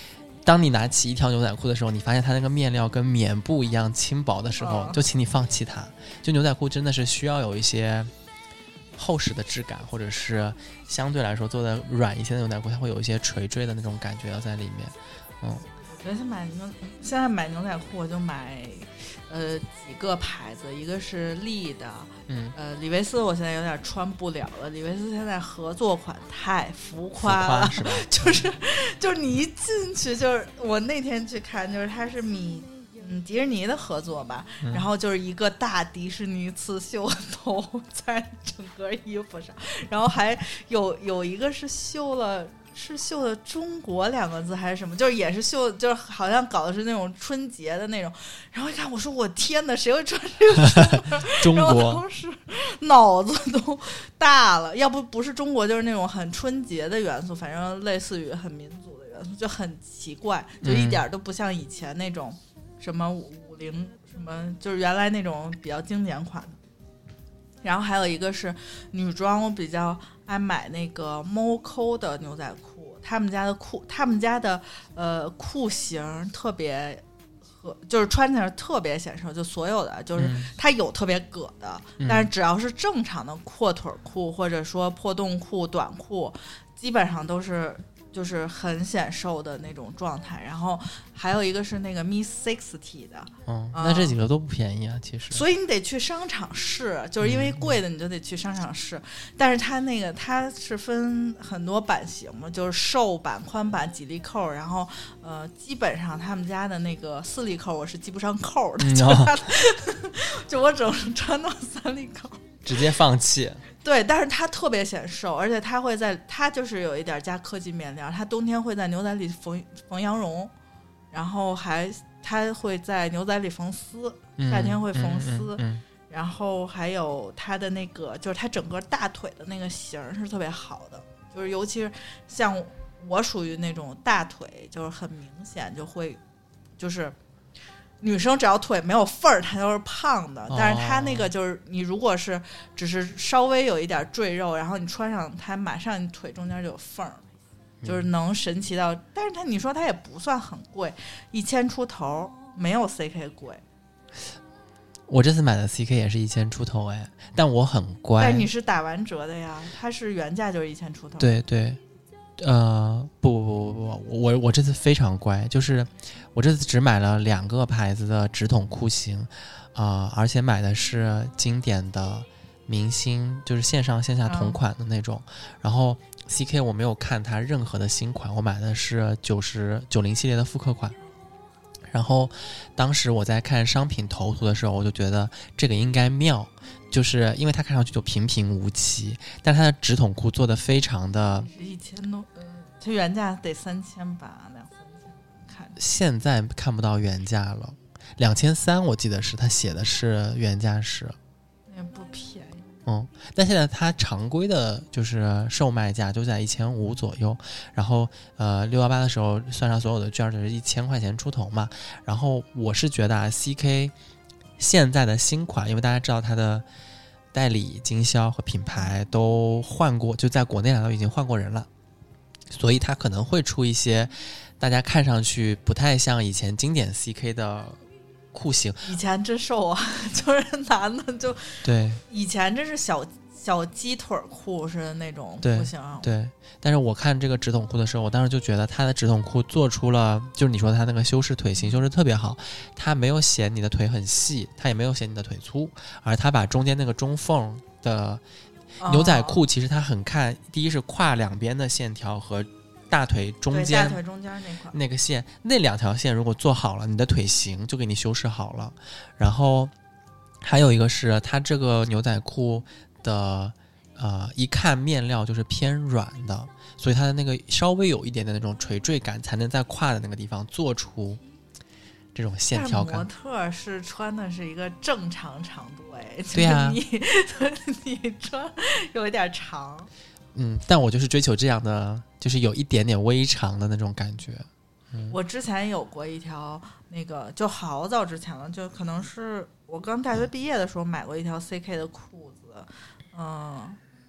当你拿起一条牛仔裤的时候，你发现它那个面料跟棉布一样轻薄的时候， 哦、 就请你放弃它。就牛仔裤真的是需要有一些厚实的质感，或者是相对来说做的软一些的牛仔裤，它会有一些垂坠的那种感觉要在里面。嗯， 我觉得买牛现在买牛仔裤我就买呃几个牌子，一个是利的， 嗯， 呃李维斯我现在有点穿不了了，李维斯现在合作款太浮夸了， 是吧？ 就是就是你一进去，就是我那天去看，就是它是米嗯迪士尼的合作吧、嗯，然后就是一个大迪士尼刺绣头在整个衣服上，然后还有有一个是绣了。是绣的中国两个字还是什么，就是也是绣，就是好像搞的是那种春节的那种，然后一看我说我天哪，谁会穿这个中国？ 然后当时脑子都大了，要不不是中国就是那种很春节的元素，反正类似于很民族的元素，就很奇怪，就一点都不像以前那种什么五零什么，就是原来那种比较经典款的。然后还有一个是女装，我比较爱买那个 Moco 的牛仔裤，他们家的裤，他们家的呃裤型特别和，就是穿起来特别显瘦，就所有的就是它有特别葛的、嗯，但是只要是正常的阔腿裤或者说破洞裤、短裤，基本上都是。就是很显瘦的那种状态，然后还有一个是那个 Miss Sixty 的， 嗯，那这几个都不便宜啊，其实。 所以你得去商场试，就是因为贵的你就得去商场试。嗯、但是它那个它是分很多版型嘛，就是瘦版、宽版、几粒扣，然后呃，基本上他们家的那个四粒扣我是系不上扣的，嗯、就, 就我只能穿到三粒扣， 直接放弃。 对，但是它特别显瘦，而且它会在它就是有一点加科技面料，它冬天会在牛仔里缝缝羊绒，然后还它会在牛仔里缝丝，夏天会缝丝， 嗯嗯嗯嗯、 然后还有它的那个就是它整个大腿的那个型是特别好的，就是尤其是像我属于那种大腿就是很明显就会就是。女生只要腿没有缝儿，她都是胖的。但是她那个就是，你如果是只是稍微有一点赘肉，然后你穿上它，马上你腿中间就有缝儿，就是能神奇到。但是它你说它也不算很贵，一千出头，没有 C K 贵。 我这次买的 C K 也是一千出头哎，但我很乖。 但你是打完折的呀，它是原价就是一千出头。 对对。呃，不不不不不，我我这次非常乖，就是我这次只买了两个牌子的直筒裤型，啊、呃，而且买的是经典的明星，就是线上线下同款的那种。嗯、然后 C K 我没有看它任何的新款，我买的是九十九零系列的复刻款。然后当时我在看商品头图的时候，我就觉得这个应该妙。就是因为它看上去就平平无奇，但它的直筒裤做的非常的一千多，呃，它原价得三千吧，两三千。看现在看不到原价了，两千三我记得是它写的是原价是， 也不便宜。 嗯，但现在它常规的就是售卖价就在一千五左右，然后呃六幺八的时候算上所有的券就是一千块钱出头嘛。然后我是觉得啊 ，C K 现在的新款，因为大家知道它的代理、经销和品牌都换过，就在国内都已经换过人了，所以它可能会出一些大家看上去不太像以前经典 C K 的裤型。 以前真瘦啊，就是男的就对， 以前真是小小鸡腿裤是那种裤型。 对，对，但是我看这个直筒裤的时候，我当时就觉得它的直筒裤做出了，就是你说它那个修饰腿型修饰特别好，它没有显你的腿很细，它也没有显你的腿粗，而它把中间那个中缝的牛仔裤，其实它很看，第一是胯两边的线条和大腿中间， 大腿中间那块那个线，那两条线如果做好了，你的腿型就给你修饰好了。然后还有一个是它这个牛仔裤的呃，一看面料就是偏软的，所以它的那个稍微有一点点那种垂坠感，才能在胯的那个地方做出这种线条感。 模特是穿的是一个正常长度哎， 对呀、啊， 你你穿有一点长。 嗯，但我就是追求这样的，就是有一点点微长的那种感觉。嗯、 我之前有过一条那个，就好早之前了，就可能是我刚大学毕业的时候买过一条 C K 的裤子。嗯，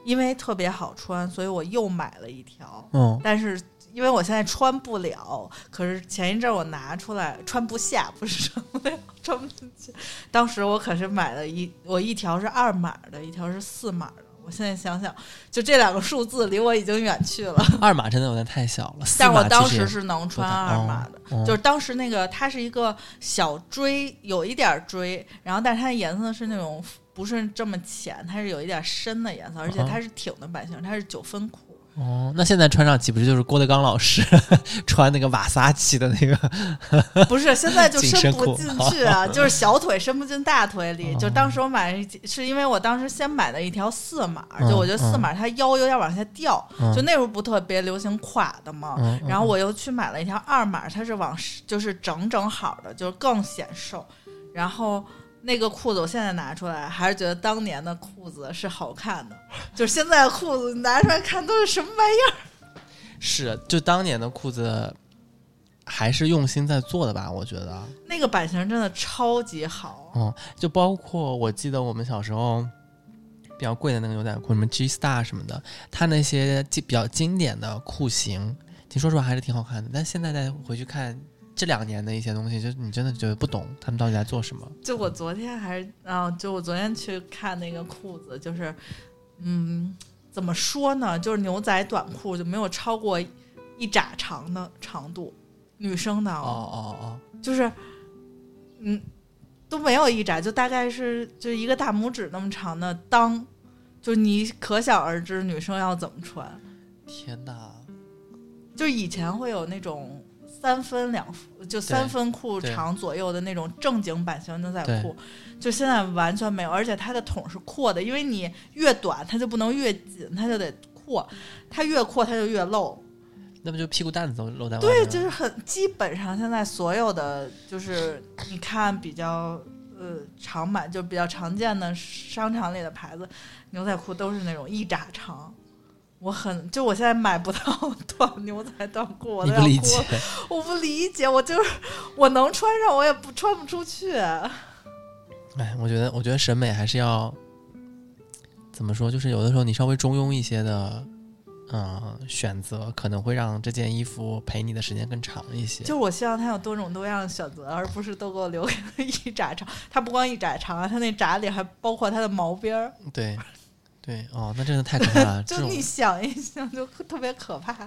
因为特别好穿，所以我又买了一条。 嗯， 但是因为我现在穿不了，可是前一阵我拿出来穿不下，不是穿不了，穿不进去。当时我可是买了一，我一条是二码的，一条是四码的。我现在想想，就这两个数字离我已经远去了。 二码真的有点太小了， 但我当时是能穿二码的， 哦、 就是当时那个它是一个小锥，有一点锥，然后但是它的颜色是那种不是这么浅，它是有一点深的颜色，而且它是挺的版型，它是九分裤。 哦，那现在穿上岂不是就是郭德纲老师穿那个瓦萨奇的那个？ 不是，现在就伸不进去啊，就是小腿伸不进大腿里。哦、就当时我买是因为我当时先买了一条四码，嗯、就我觉得四码它腰有点往下掉，嗯、就那时候不特别流行垮的嘛。嗯、然后我又去买了一条二码，它是往就是整整好的，就是更显瘦。然后。那个裤子我现在拿出来还是觉得当年的裤子是好看的，就是现在的裤子你拿出来看都是什么玩意儿。 是，就当年的裤子还是用心在做的吧，我觉得那个版型真的超级好。 嗯，就包括我记得我们小时候比较贵的那个牛仔裤，什么 G Star 什么的，它那些比较经典的裤型其实说实话还是挺好看的，但现在再回去看这两年的一些东西，就你真的觉得不懂他们到底在做什么。 就我昨天还是啊，就我昨天去看那个裤子，就是嗯，怎么说呢？就是牛仔短裤就没有超过一拃长的长度，女生的哦哦哦， 就是嗯都没有一拃，就大概是就一个大拇指那么长的裆，就你可想而知女生要怎么穿。 天哪！ 就以前会有那种。三分两就三分裤长左右的那种正经版型牛仔裤，就现在完全没有，而且它的筒是阔的，因为你越短它就不能越紧，它就得阔，它越阔它就越露。 那不就屁股蛋子都露在外面？ 对，就是很基本上现在所有的就是你看比较呃长版就比较常见的商场里的牌子牛仔裤都是那种一拃长。我很就我现在买不到短牛仔短裤，我都要哭了。你不理解？我不理解，我就是我能穿上，我也不穿不出去。哎， 我觉得，我觉得审美还是要怎么说？就是有的时候你稍微中庸一些的，嗯、呃，选择可能会让这件衣服陪你的时间更长一些。 就我希望它有多种多样的选择，而不是都给我留一拃长。它不光一拃长啊，它那拃里还包括它的毛边儿。 对。对哦，那真的太可怕了。 就你想一想，就特别可怕。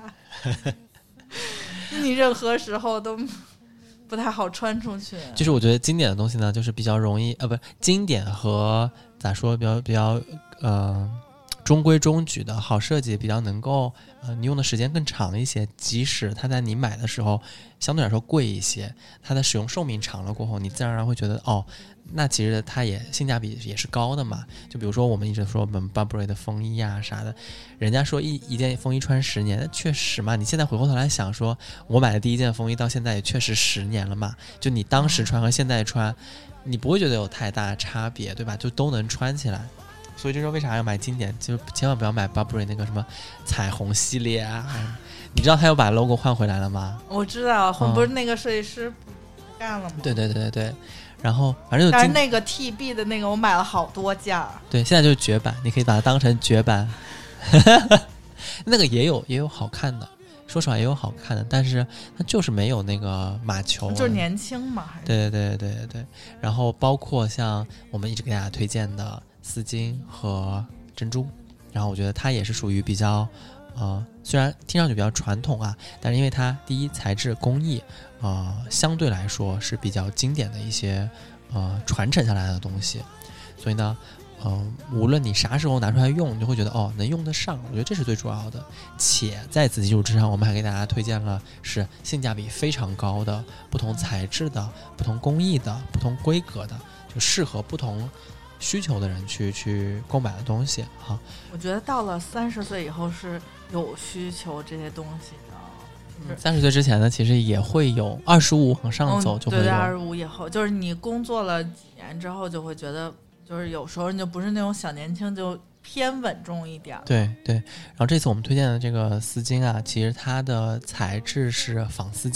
你任何时候都不太好穿出去。 就是我觉得经典的东西呢，就是比较容易，呃，不是经典和咋说，比较比较呃中规中矩的好设计，比较能够呃你用的时间更长一些。即使它在你买的时候相对来说贵一些，它的使用寿命长了过后，你自然而然会觉得哦。那其实它也性价比也是高的嘛，就比如说我们一直说我们 Burberry 的风衣啊啥的，人家说一一件风衣穿十年，那确实嘛，你现在回过头来想说，我买的第一件风衣到现在也确实十年了嘛，就你当时穿和现在穿，你不会觉得有太大差别，对吧？就都能穿起来。所以这时候为啥要买经典？就千万不要买 Burberry 那个什么彩虹系列啊！你知道他又把 logo 换回来了吗？ 我知道，嗯、不是那个设计师不干了吗？ 对对对对对。然后反正就但是那个 T B 的那个我买了好多件。 对，现在就是绝版，你可以把它当成绝版。那个也有也有好看的，说实话也有好看的，但是它就是没有那个马球， 就是年轻嘛。还是对对对对对对。然后包括像我们一直给大家推荐的丝巾和珍珠，然后我觉得它也是属于比较呃，虽然听上去比较传统啊，但是因为它第一材质工艺呃，相对来说是比较经典的一些呃传承下来的东西，所以呢呃，无论你啥时候拿出来用，你就会觉得哦能用得上，我觉得这是最主要的。且在此基础之上，我们还给大家推荐了是性价比非常高的不同材质的不同工艺的不同规格的，就适合不同需求的人去去购买的东西哈。 我觉得到了三十岁以后是有需求这些东西的。 三十岁之前呢，其实也会有，二十五往上走就会有。 嗯、对，二十五以后，就是你工作了几年之后，就会觉得，就是有时候你就不是那种小年轻，就偏稳重一点。 对对。然后这次我们推荐的这个丝巾啊，其实它的材质是仿丝巾，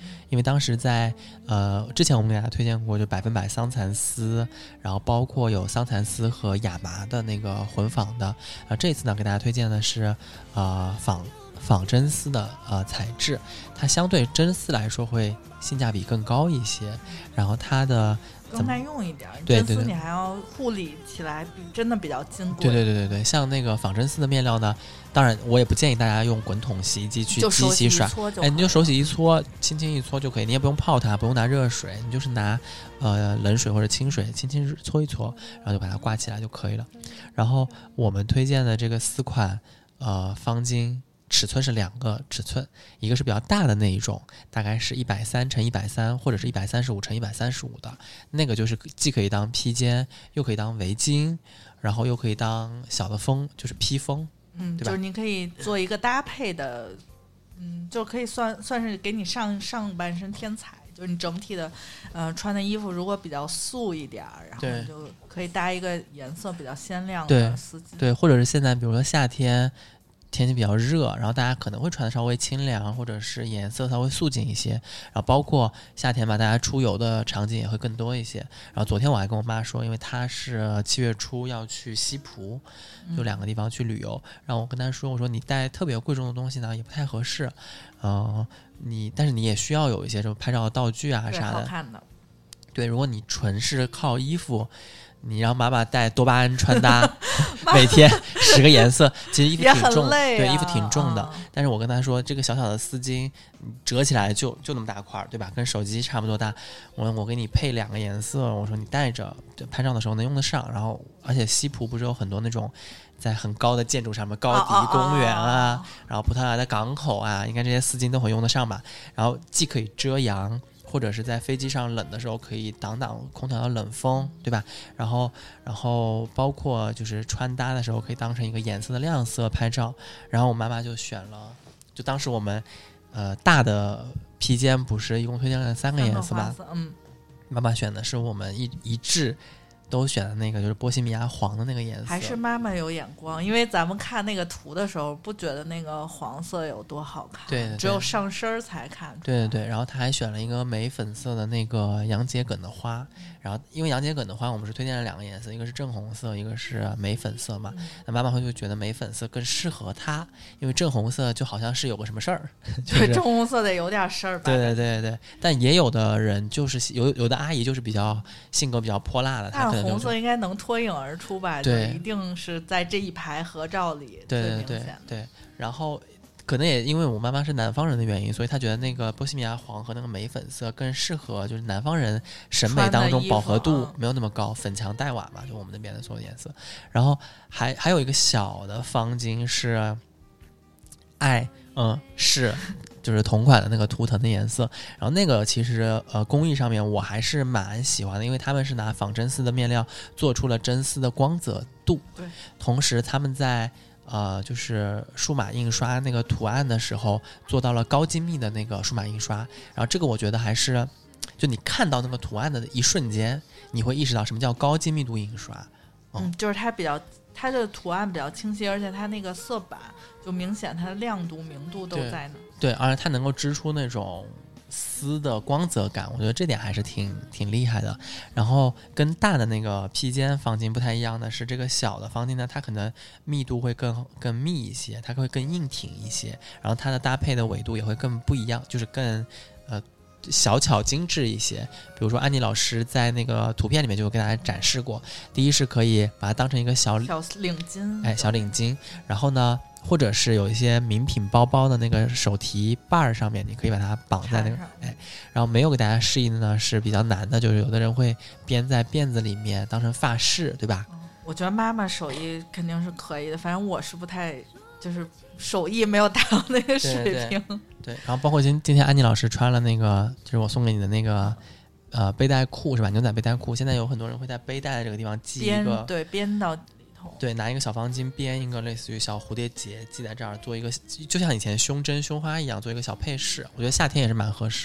因为当时在呃之前我们给大家推荐过就百分百桑蚕丝，然后包括有桑蚕丝和亚麻的那个混纺的，呃这次呢给大家推荐的是呃纺仿真丝的呃材质，它相对真丝来说会性价比更高一些，然后它的更耐用一点， 对真丝你还要护理起来，比真的比较金贵。 对对对对对，像那个仿真丝的面料呢，当然我也不建议大家用滚筒洗衣机去机洗刷，哎，你就手洗一搓，轻轻一搓就可以，你也不用泡它，不用拿热水，你就是拿呃冷水或者清水轻轻搓一搓，然后就把它挂起来就可以了。然后我们推荐的这个四款呃方巾。尺寸是两个尺寸，一个是比较大的那一种，大概是一百三乘一百三或者是一百三十五乘一百三十五的，那个就是既可以当披肩，又可以当围巾，然后又可以当小的风，就是披风， 嗯， 对吧？ 就是你可以做一个搭配的，嗯，就可以算算是给你上上半身添彩。就是你整体的，呃，穿的衣服如果比较素一点，然后你就可以搭一个颜色比较鲜亮的丝巾， 对，或者是现在比如说夏天。天气比较热，然后大家可能会穿的稍微清凉，或者是颜色稍微素净一些，然后包括夏天嘛，大家出游的场景也会更多一些。然后昨天我还跟我妈说，因为她是七月初要去西蒲，就两个地方去旅游，然后我跟她说，我说你带特别贵重的东西呢也不太合适，呃，你但是你也需要有一些这种拍照的道具啊啥的， 好看的。 对，如果你纯是靠衣服。你让妈妈带多巴胺穿搭，每天十个颜色，其实衣服挺重， 啊、 对，衣服挺重的。 嗯、 但是我跟她说，这个小小的丝巾折起来就就那么大块，对吧？跟手机差不多大。我我给你配两个颜色，我说你带着拍照的时候能用得上。然后，而且西蒲不是有很多那种在很高的建筑上面，高迪公园啊， 哦哦哦然后葡萄牙的港口啊，应该这些丝巾都会用得上吧？然后既可以遮阳。或者是在飞机上冷的时候可以挡挡空调的冷风，对吧？然后，然后包括就是穿搭的时候可以当成一个颜色的亮色拍照。然后我妈妈就选了，就当时我们呃大的披肩不是一共推荐了三个颜色吗？ 嗯， 妈妈选的是我们一一致。都选的那个就是波西米亚黄的那个颜色， 还是妈妈有眼光，因为咱们看那个图的时候不觉得那个黄色有多好看， 对, 对, 对， 只有上身才看出来。 对对对，然后他还选了一个玫粉色的那个洋桔梗的花，然后因为洋桔梗的花我们是推荐了两个颜色，一个是正红色，一个是玫粉色嘛，嗯、那妈妈会就觉得玫粉色更适合她，因为正红色就好像是有个什么事儿，就是、 对，正红色得有点事儿吧。 对对对对，但也有的人就是有有的阿姨就是比较性格比较泼辣的，她可能红色应该能脱颖而出吧？ 对， 就一定是在这一排合照里对对对对。然后可能也因为我妈妈是南方人的原因，所以她觉得那个波西米亚黄和那个玫粉色更适合，就是南方人审美当中饱和度没有那么高，粉墙黛瓦嘛，就我们那边的所有颜色。然后还还有一个小的方巾是爱，嗯，是。就是同款的那个图腾的颜色，然后那个其实呃工艺上面我还是蛮喜欢的，因为他们是拿仿真丝的面料做出了真丝的光泽度， 对， 同时他们在呃就是数码印刷那个图案的时候做到了高精密的那个数码印刷，然后这个我觉得还是就你看到那个图案的一瞬间，你会意识到什么叫高精密度印刷， 嗯，嗯就是它比较它的图案比较清晰，而且它那个色板就明显它的亮度明度都在呢。 对，而且它能够织出那种丝的光泽感，我觉得这点还是挺挺厉害的。然后跟大的那个披肩方巾不太一样的是，这个小的方巾呢，它可能密度会更更密一些，它会更硬挺一些，然后它的搭配的纬度也会更不一样，就是更呃小巧精致一些。比如说安妮老师在那个图片里面就给大家展示过，第一是可以把它当成一个小小领巾， 哎，小领巾，然后呢或者是有一些名品包包的那个手提把上面，你可以把它绑在那个，哎，然后没有给大家示意的呢是比较难的，就是有的人会编在辫子里面当成发饰，对吧？ 嗯、我觉得妈妈手艺肯定是可以的，反正我是不太，就是手艺没有达到那个水平。 对, 对, 对，然后包括今今天安妮老师穿了那个，就是我送给你的那个。呃，背带裤是吧？牛仔背带裤，现在有很多人会在背带的这个地方系一个， 对，编到。 对，拿一个小方巾编一个类似于小蝴蝶结系在这儿，做一个就像以前胸针、胸花一样，做一个小配饰。我觉得夏天也是蛮合适的。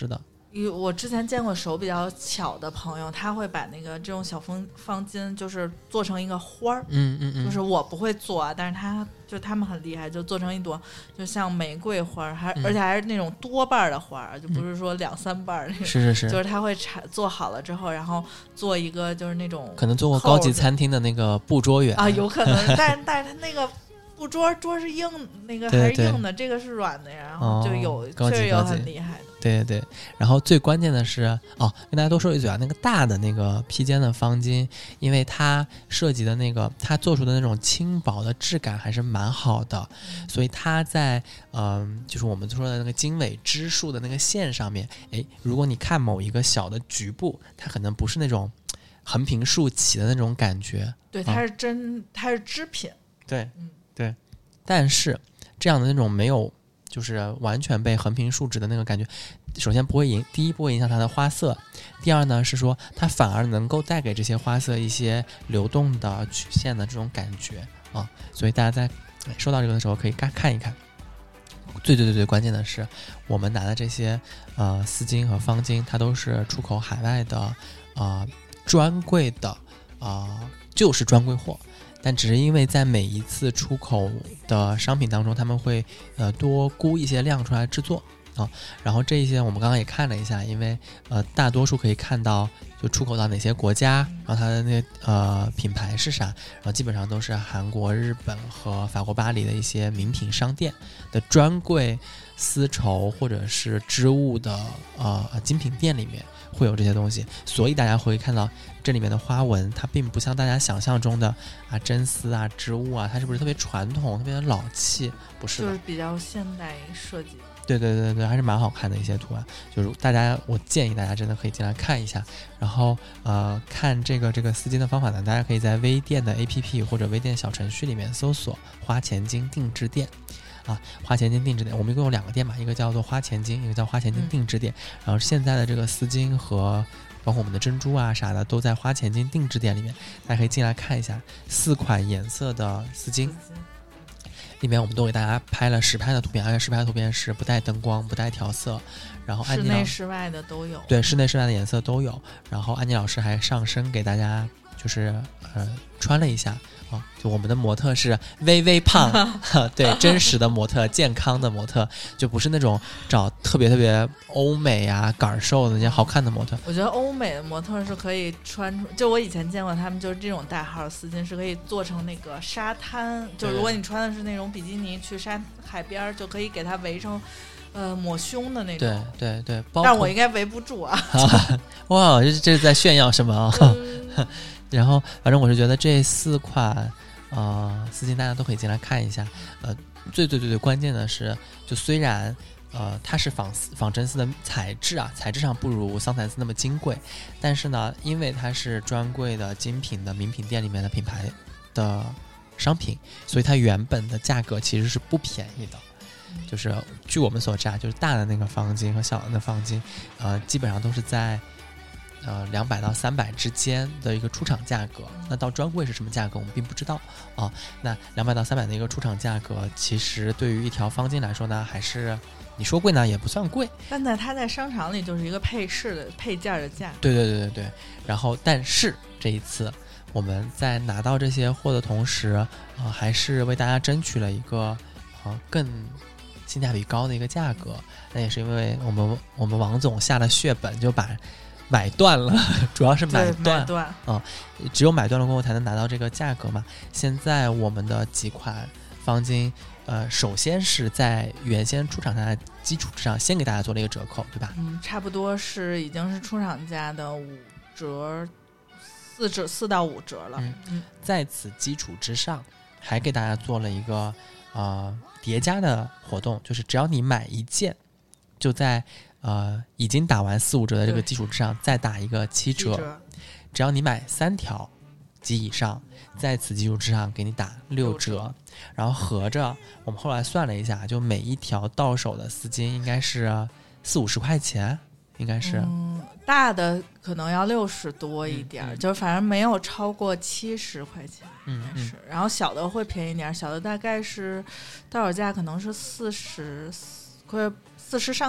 我之前见过手比较巧的朋友，他会把那个这种小方方巾就是做成一个花儿， 嗯嗯嗯， 就是我不会做啊，但是他就他们很厉害，就做成一朵就像玫瑰花，还、嗯、而且还是那种多瓣的花，就不是说两三瓣那种、嗯， 是是是， 就是他会做好了之后，然后做一个就是那种可能做过高级餐厅的那个布桌缘啊，有可能，但是但是他那个。布桌桌是硬，那个还是硬的，这个是软的呀，然后就有、 哦、 确实有很厉害的。 对对对，然后最关键的是哦，跟大家多说一嘴啊，那个大的那个披肩的方巾，因为它设计的那个它做出的那种轻薄的质感还是蛮好的，嗯、所以它在嗯、呃，就是我们说的那个经纬支数的那个线上面，哎，如果你看某一个小的局部，它可能不是那种横平竖起的那种感觉， 对，它是真，嗯、它是织品， 对，嗯。对，但是这样的那种没有就是完全被横平竖直的那个感觉，首先不会影第一不会影响它的花色，第二呢是说它反而能够带给这些花色一些流动的曲线的这种感觉啊，所以大家在收到这个的时候可以看一看。最最最最关键的是，我们拿的这些呃丝巾和方巾，它都是出口海外的啊、呃、专柜的啊、呃，就是专柜货。但只是因为在每一次出口的商品当中，他们会呃多估一些量出来制作啊，然后这一些我们刚刚也看了一下，因为呃大多数可以看到就出口到哪些国家，然后它的那呃品牌是啥，然后基本上都是韩国、日本和法国巴黎的一些名品商店的专柜丝绸或者是织物的呃精品店里面会有这些东西，所以大家会看到这里面的花纹，它并不像大家想象中的啊真丝啊织物啊，它是不是特别传统、特别的老气？不是的， 就是比较现代设计。 对对对对，还是蛮好看的一些图案。就是大家，我建议大家真的可以进来看一下。然后呃，看这个这个丝巾的方法呢，大家可以在微店的 A P P 或者微店小程序里面搜索“花钱精定制店”。啊，花钱精定制店，我们一共有两个店嘛，一个叫做花钱精，一个叫花钱精定制店。嗯、然后现在的这个丝巾和包括我们的珍珠啊啥的，都在花钱精定制店里面，大家可以进来看一下四款颜色的丝巾。里面我们都给大家拍了实拍的图片，而且实拍的图片是不带灯光、不带调色，然后安妮室内室外的都有。对， 室内室外的颜色都有。然后安妮老师还上身给大家就是呃穿了一下。啊，就我们的模特是微微胖，对，真实的模特，健康的模特，就不是那种找特别特别欧美啊、杆瘦的那些好看的模特。 我觉得欧美的模特是可以穿出，就我以前见过他们，就是这种大号丝巾是可以做成那个沙滩，就如果你穿的是那种比基尼去沙海边，就可以给它围成。呃，抹胸的那种， 对对对， 但我应该围不住啊！ 哇，这这是在炫耀什么啊？嗯、然后，反正我是觉得这四款呃丝巾大家都可以进来看一下。呃，最最最最关键的是，就虽然呃它是仿仿真丝的材质啊，材质上不如桑蚕丝那么金贵，但是呢，因为它是专柜的精品的名品店里面的品牌的商品，所以它原本的价格其实是不便宜的。就是据我们所知啊，就是大的那个方巾和小的那方巾，呃，基本上都是在呃两百到三百之间的一个出厂价格。那到专柜是什么价格，我们并不知道啊。那两百到三百的一个出厂价格，其实对于一条方巾来说呢，还是你说贵呢也不算贵。 但在它在商场里就是一个配饰的配件的价格。 对对对对对。然后，但是这一次我们在拿到这些货的同时，啊、呃，还是为大家争取了一个啊、呃、更。性价比高的一个价格，那也是因为我们我们王总下了血本，就把买断了，主要是买断， 买断， 嗯，只有买断了过后才能拿到这个价格嘛。现在我们的几款方巾，呃，首先是在原先出厂价的基础之上，先给大家做了一个折扣，对吧？ 嗯，差不多是已经是出厂价的五折，四折四到五折了。 嗯嗯，在此基础之上，还给大家做了一个呃。叠加的活动，就是只要你买一件，就在呃已经打完四五折的这个基础之上再打一个七折， 七折只要你买三条及以上，在此基础之上给你打六折，六折然后合着我们后来算了一下，就每一条到手的丝巾应该是四五十块钱，应该是、 嗯、大的可能要六十多一点、嗯嗯、就是反正没有超过七十块钱，应该是、嗯嗯、然后小的会便宜一点，小的大概是到手价可能是四十快四十上下，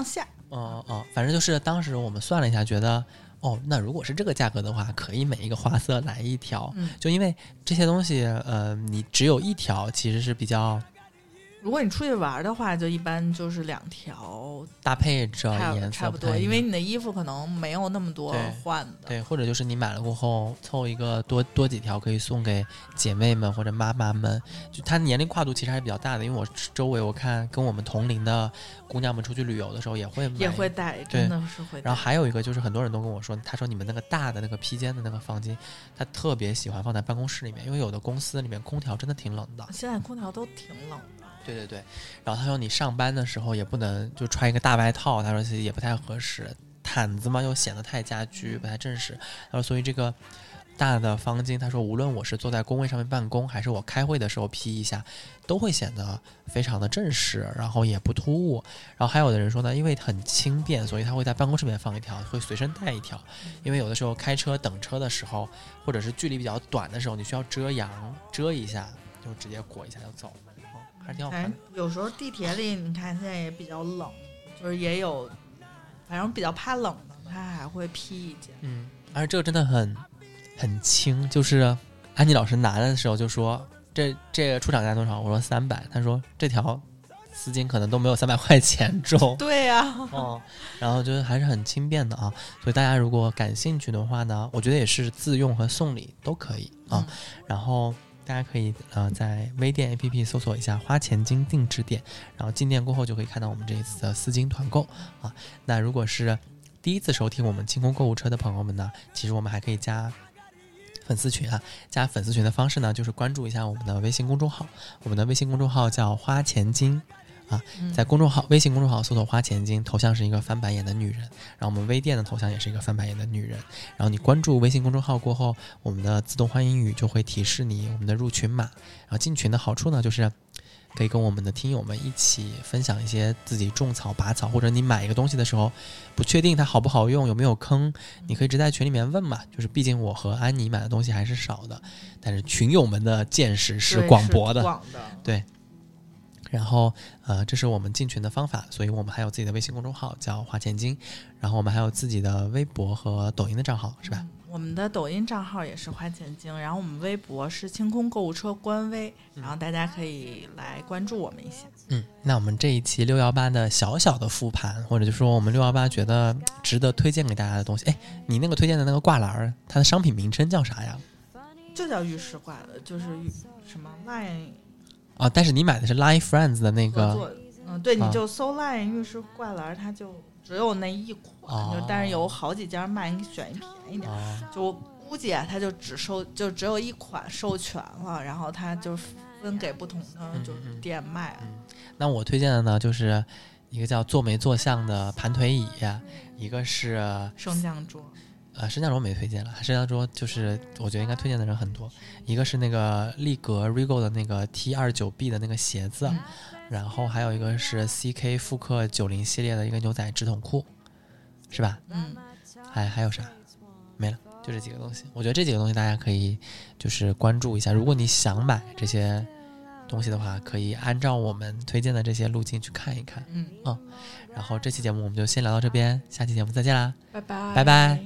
哦哦，反正就是当时我们算了一下，觉得哦，那如果是这个价格的话，可以每一个花色来一条， 嗯， 就因为这些东西，呃，你只有一条，其实是比较。 如果你出去玩的话，就一般就是两条搭配着颜色差不多，因为你的衣服可能没有那么多换的。 对，对，或者就是你买了过后凑一个多多几条，可以送给姐妹们或者妈妈们。就它年龄跨度其实还是比较大的，因为我周围我看跟我们同龄的姑娘们出去旅游的时候也会买也会带，真的是会带。 然后还有一个就是很多人都跟我说，他说你们那个大的那个披肩的那个方巾，他特别喜欢放在办公室里面，因为有的公司里面空调真的挺冷的。 现在空调都挺冷的。 对对对，然后他说你上班的时候也不能就穿一个大外套，他说其实也不太合适，毯子嘛又显得太家居不太正式，他说所以这个大的方巾，他说无论我是坐在工位上面办公，还是我开会的时候披一下，都会显得非常的正式，然后也不突兀。然后还有的人说呢，因为很轻便，所以他会在办公室里面放一条，会随身带一条，因为有的时候开车等车的时候，或者是距离比较短的时候，你需要遮阳遮一下，就直接裹一下就走。还是挺好看的。 有时候地铁里你看现在也比较冷，就是也有反正比较怕冷的他还会披一件。 嗯，而且这个真的很很轻，就是安妮老师拿的时候就说这这个出厂价多少，我说三百，他说这条丝巾可能都没有三百块钱重。 对呀、啊哦，然后就是还是很轻便的啊，所以大家如果感兴趣的话呢，我觉得也是自用和送礼都可以啊、嗯、然后大家可以呃在微店 A P P 搜索一下花钱精定制店，然后进店过后就可以看到我们这一次的丝巾团购啊。那如果是第一次收听我们清空购物车的朋友们呢，其实我们还可以加粉丝群啊。加粉丝群的方式呢，就是关注一下我们的微信公众号，我们的微信公众号叫花钱精啊，在公众号微信公众号搜索花钱精，头像是一个翻白眼的女人，然后我们微店的头像也是一个翻白眼的女人，然后你关注微信公众号过后，我们的自动欢迎语就会提示你我们的入群码，然后进群的好处呢，就是可以跟我们的听友们一起分享一些自己种草拔草，或者你买一个东西的时候不确定它好不好用，有没有坑，你可以直在群里面问嘛，就是毕竟我和安妮买的东西还是少的，但是群友们的见识是广博的， 广的对。然后呃，这是我们进群的方法，所以我们还有自己的微信公众号叫花钱精，然后我们还有自己的微博和抖音的账号，是吧？ 嗯，我们的抖音账号也是花钱精，然后我们微博是清空购物车官微，然后大家可以来关注我们一下。 嗯，那我们这一期六一八的小小的复盘，或者就说我们六一八觉得值得推荐给大家的东西，哎，你那个推荐的那个挂篮，它的商品名称叫啥呀？ 就叫浴室挂的，就是什么 Line。 哦，但是你买的是 Line Friends 的那个， 嗯，对，你就搜 Line 浴室挂篮，它就只有那一款， 哦、 就但是有好几家卖，你选一便宜点，哦、就估计啊，它就只授就只有一款授权了，然后它就分给不同的就是店卖。 嗯嗯嗯、那我推荐的呢，就是一个叫做没做相的盘腿椅，一个是升降桌。 呃，升降桌没推荐了，升降桌就是我觉得应该推荐的人很多。一个是那个利格 Regal 的那个 T 二十九 B 的那个鞋子、嗯，然后还有一个是 C K 复刻九零系列的一个牛仔直筒裤，是吧？ 嗯， 还还有啥？没了，就这几个东西。我觉得这几个东西大家可以就是关注一下，如果你想买这些东西的话，可以按照我们推荐的这些路径去看一看。 嗯嗯，然后这期节目我们就先聊到这边，下期节目再见啦， 拜拜， 拜拜。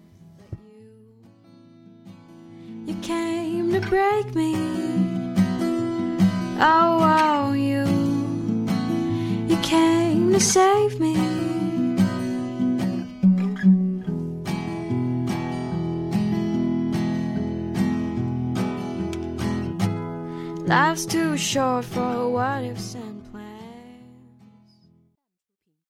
You came to break me. Oh, oh, you You came to save me. Life's too short for a what if sentence.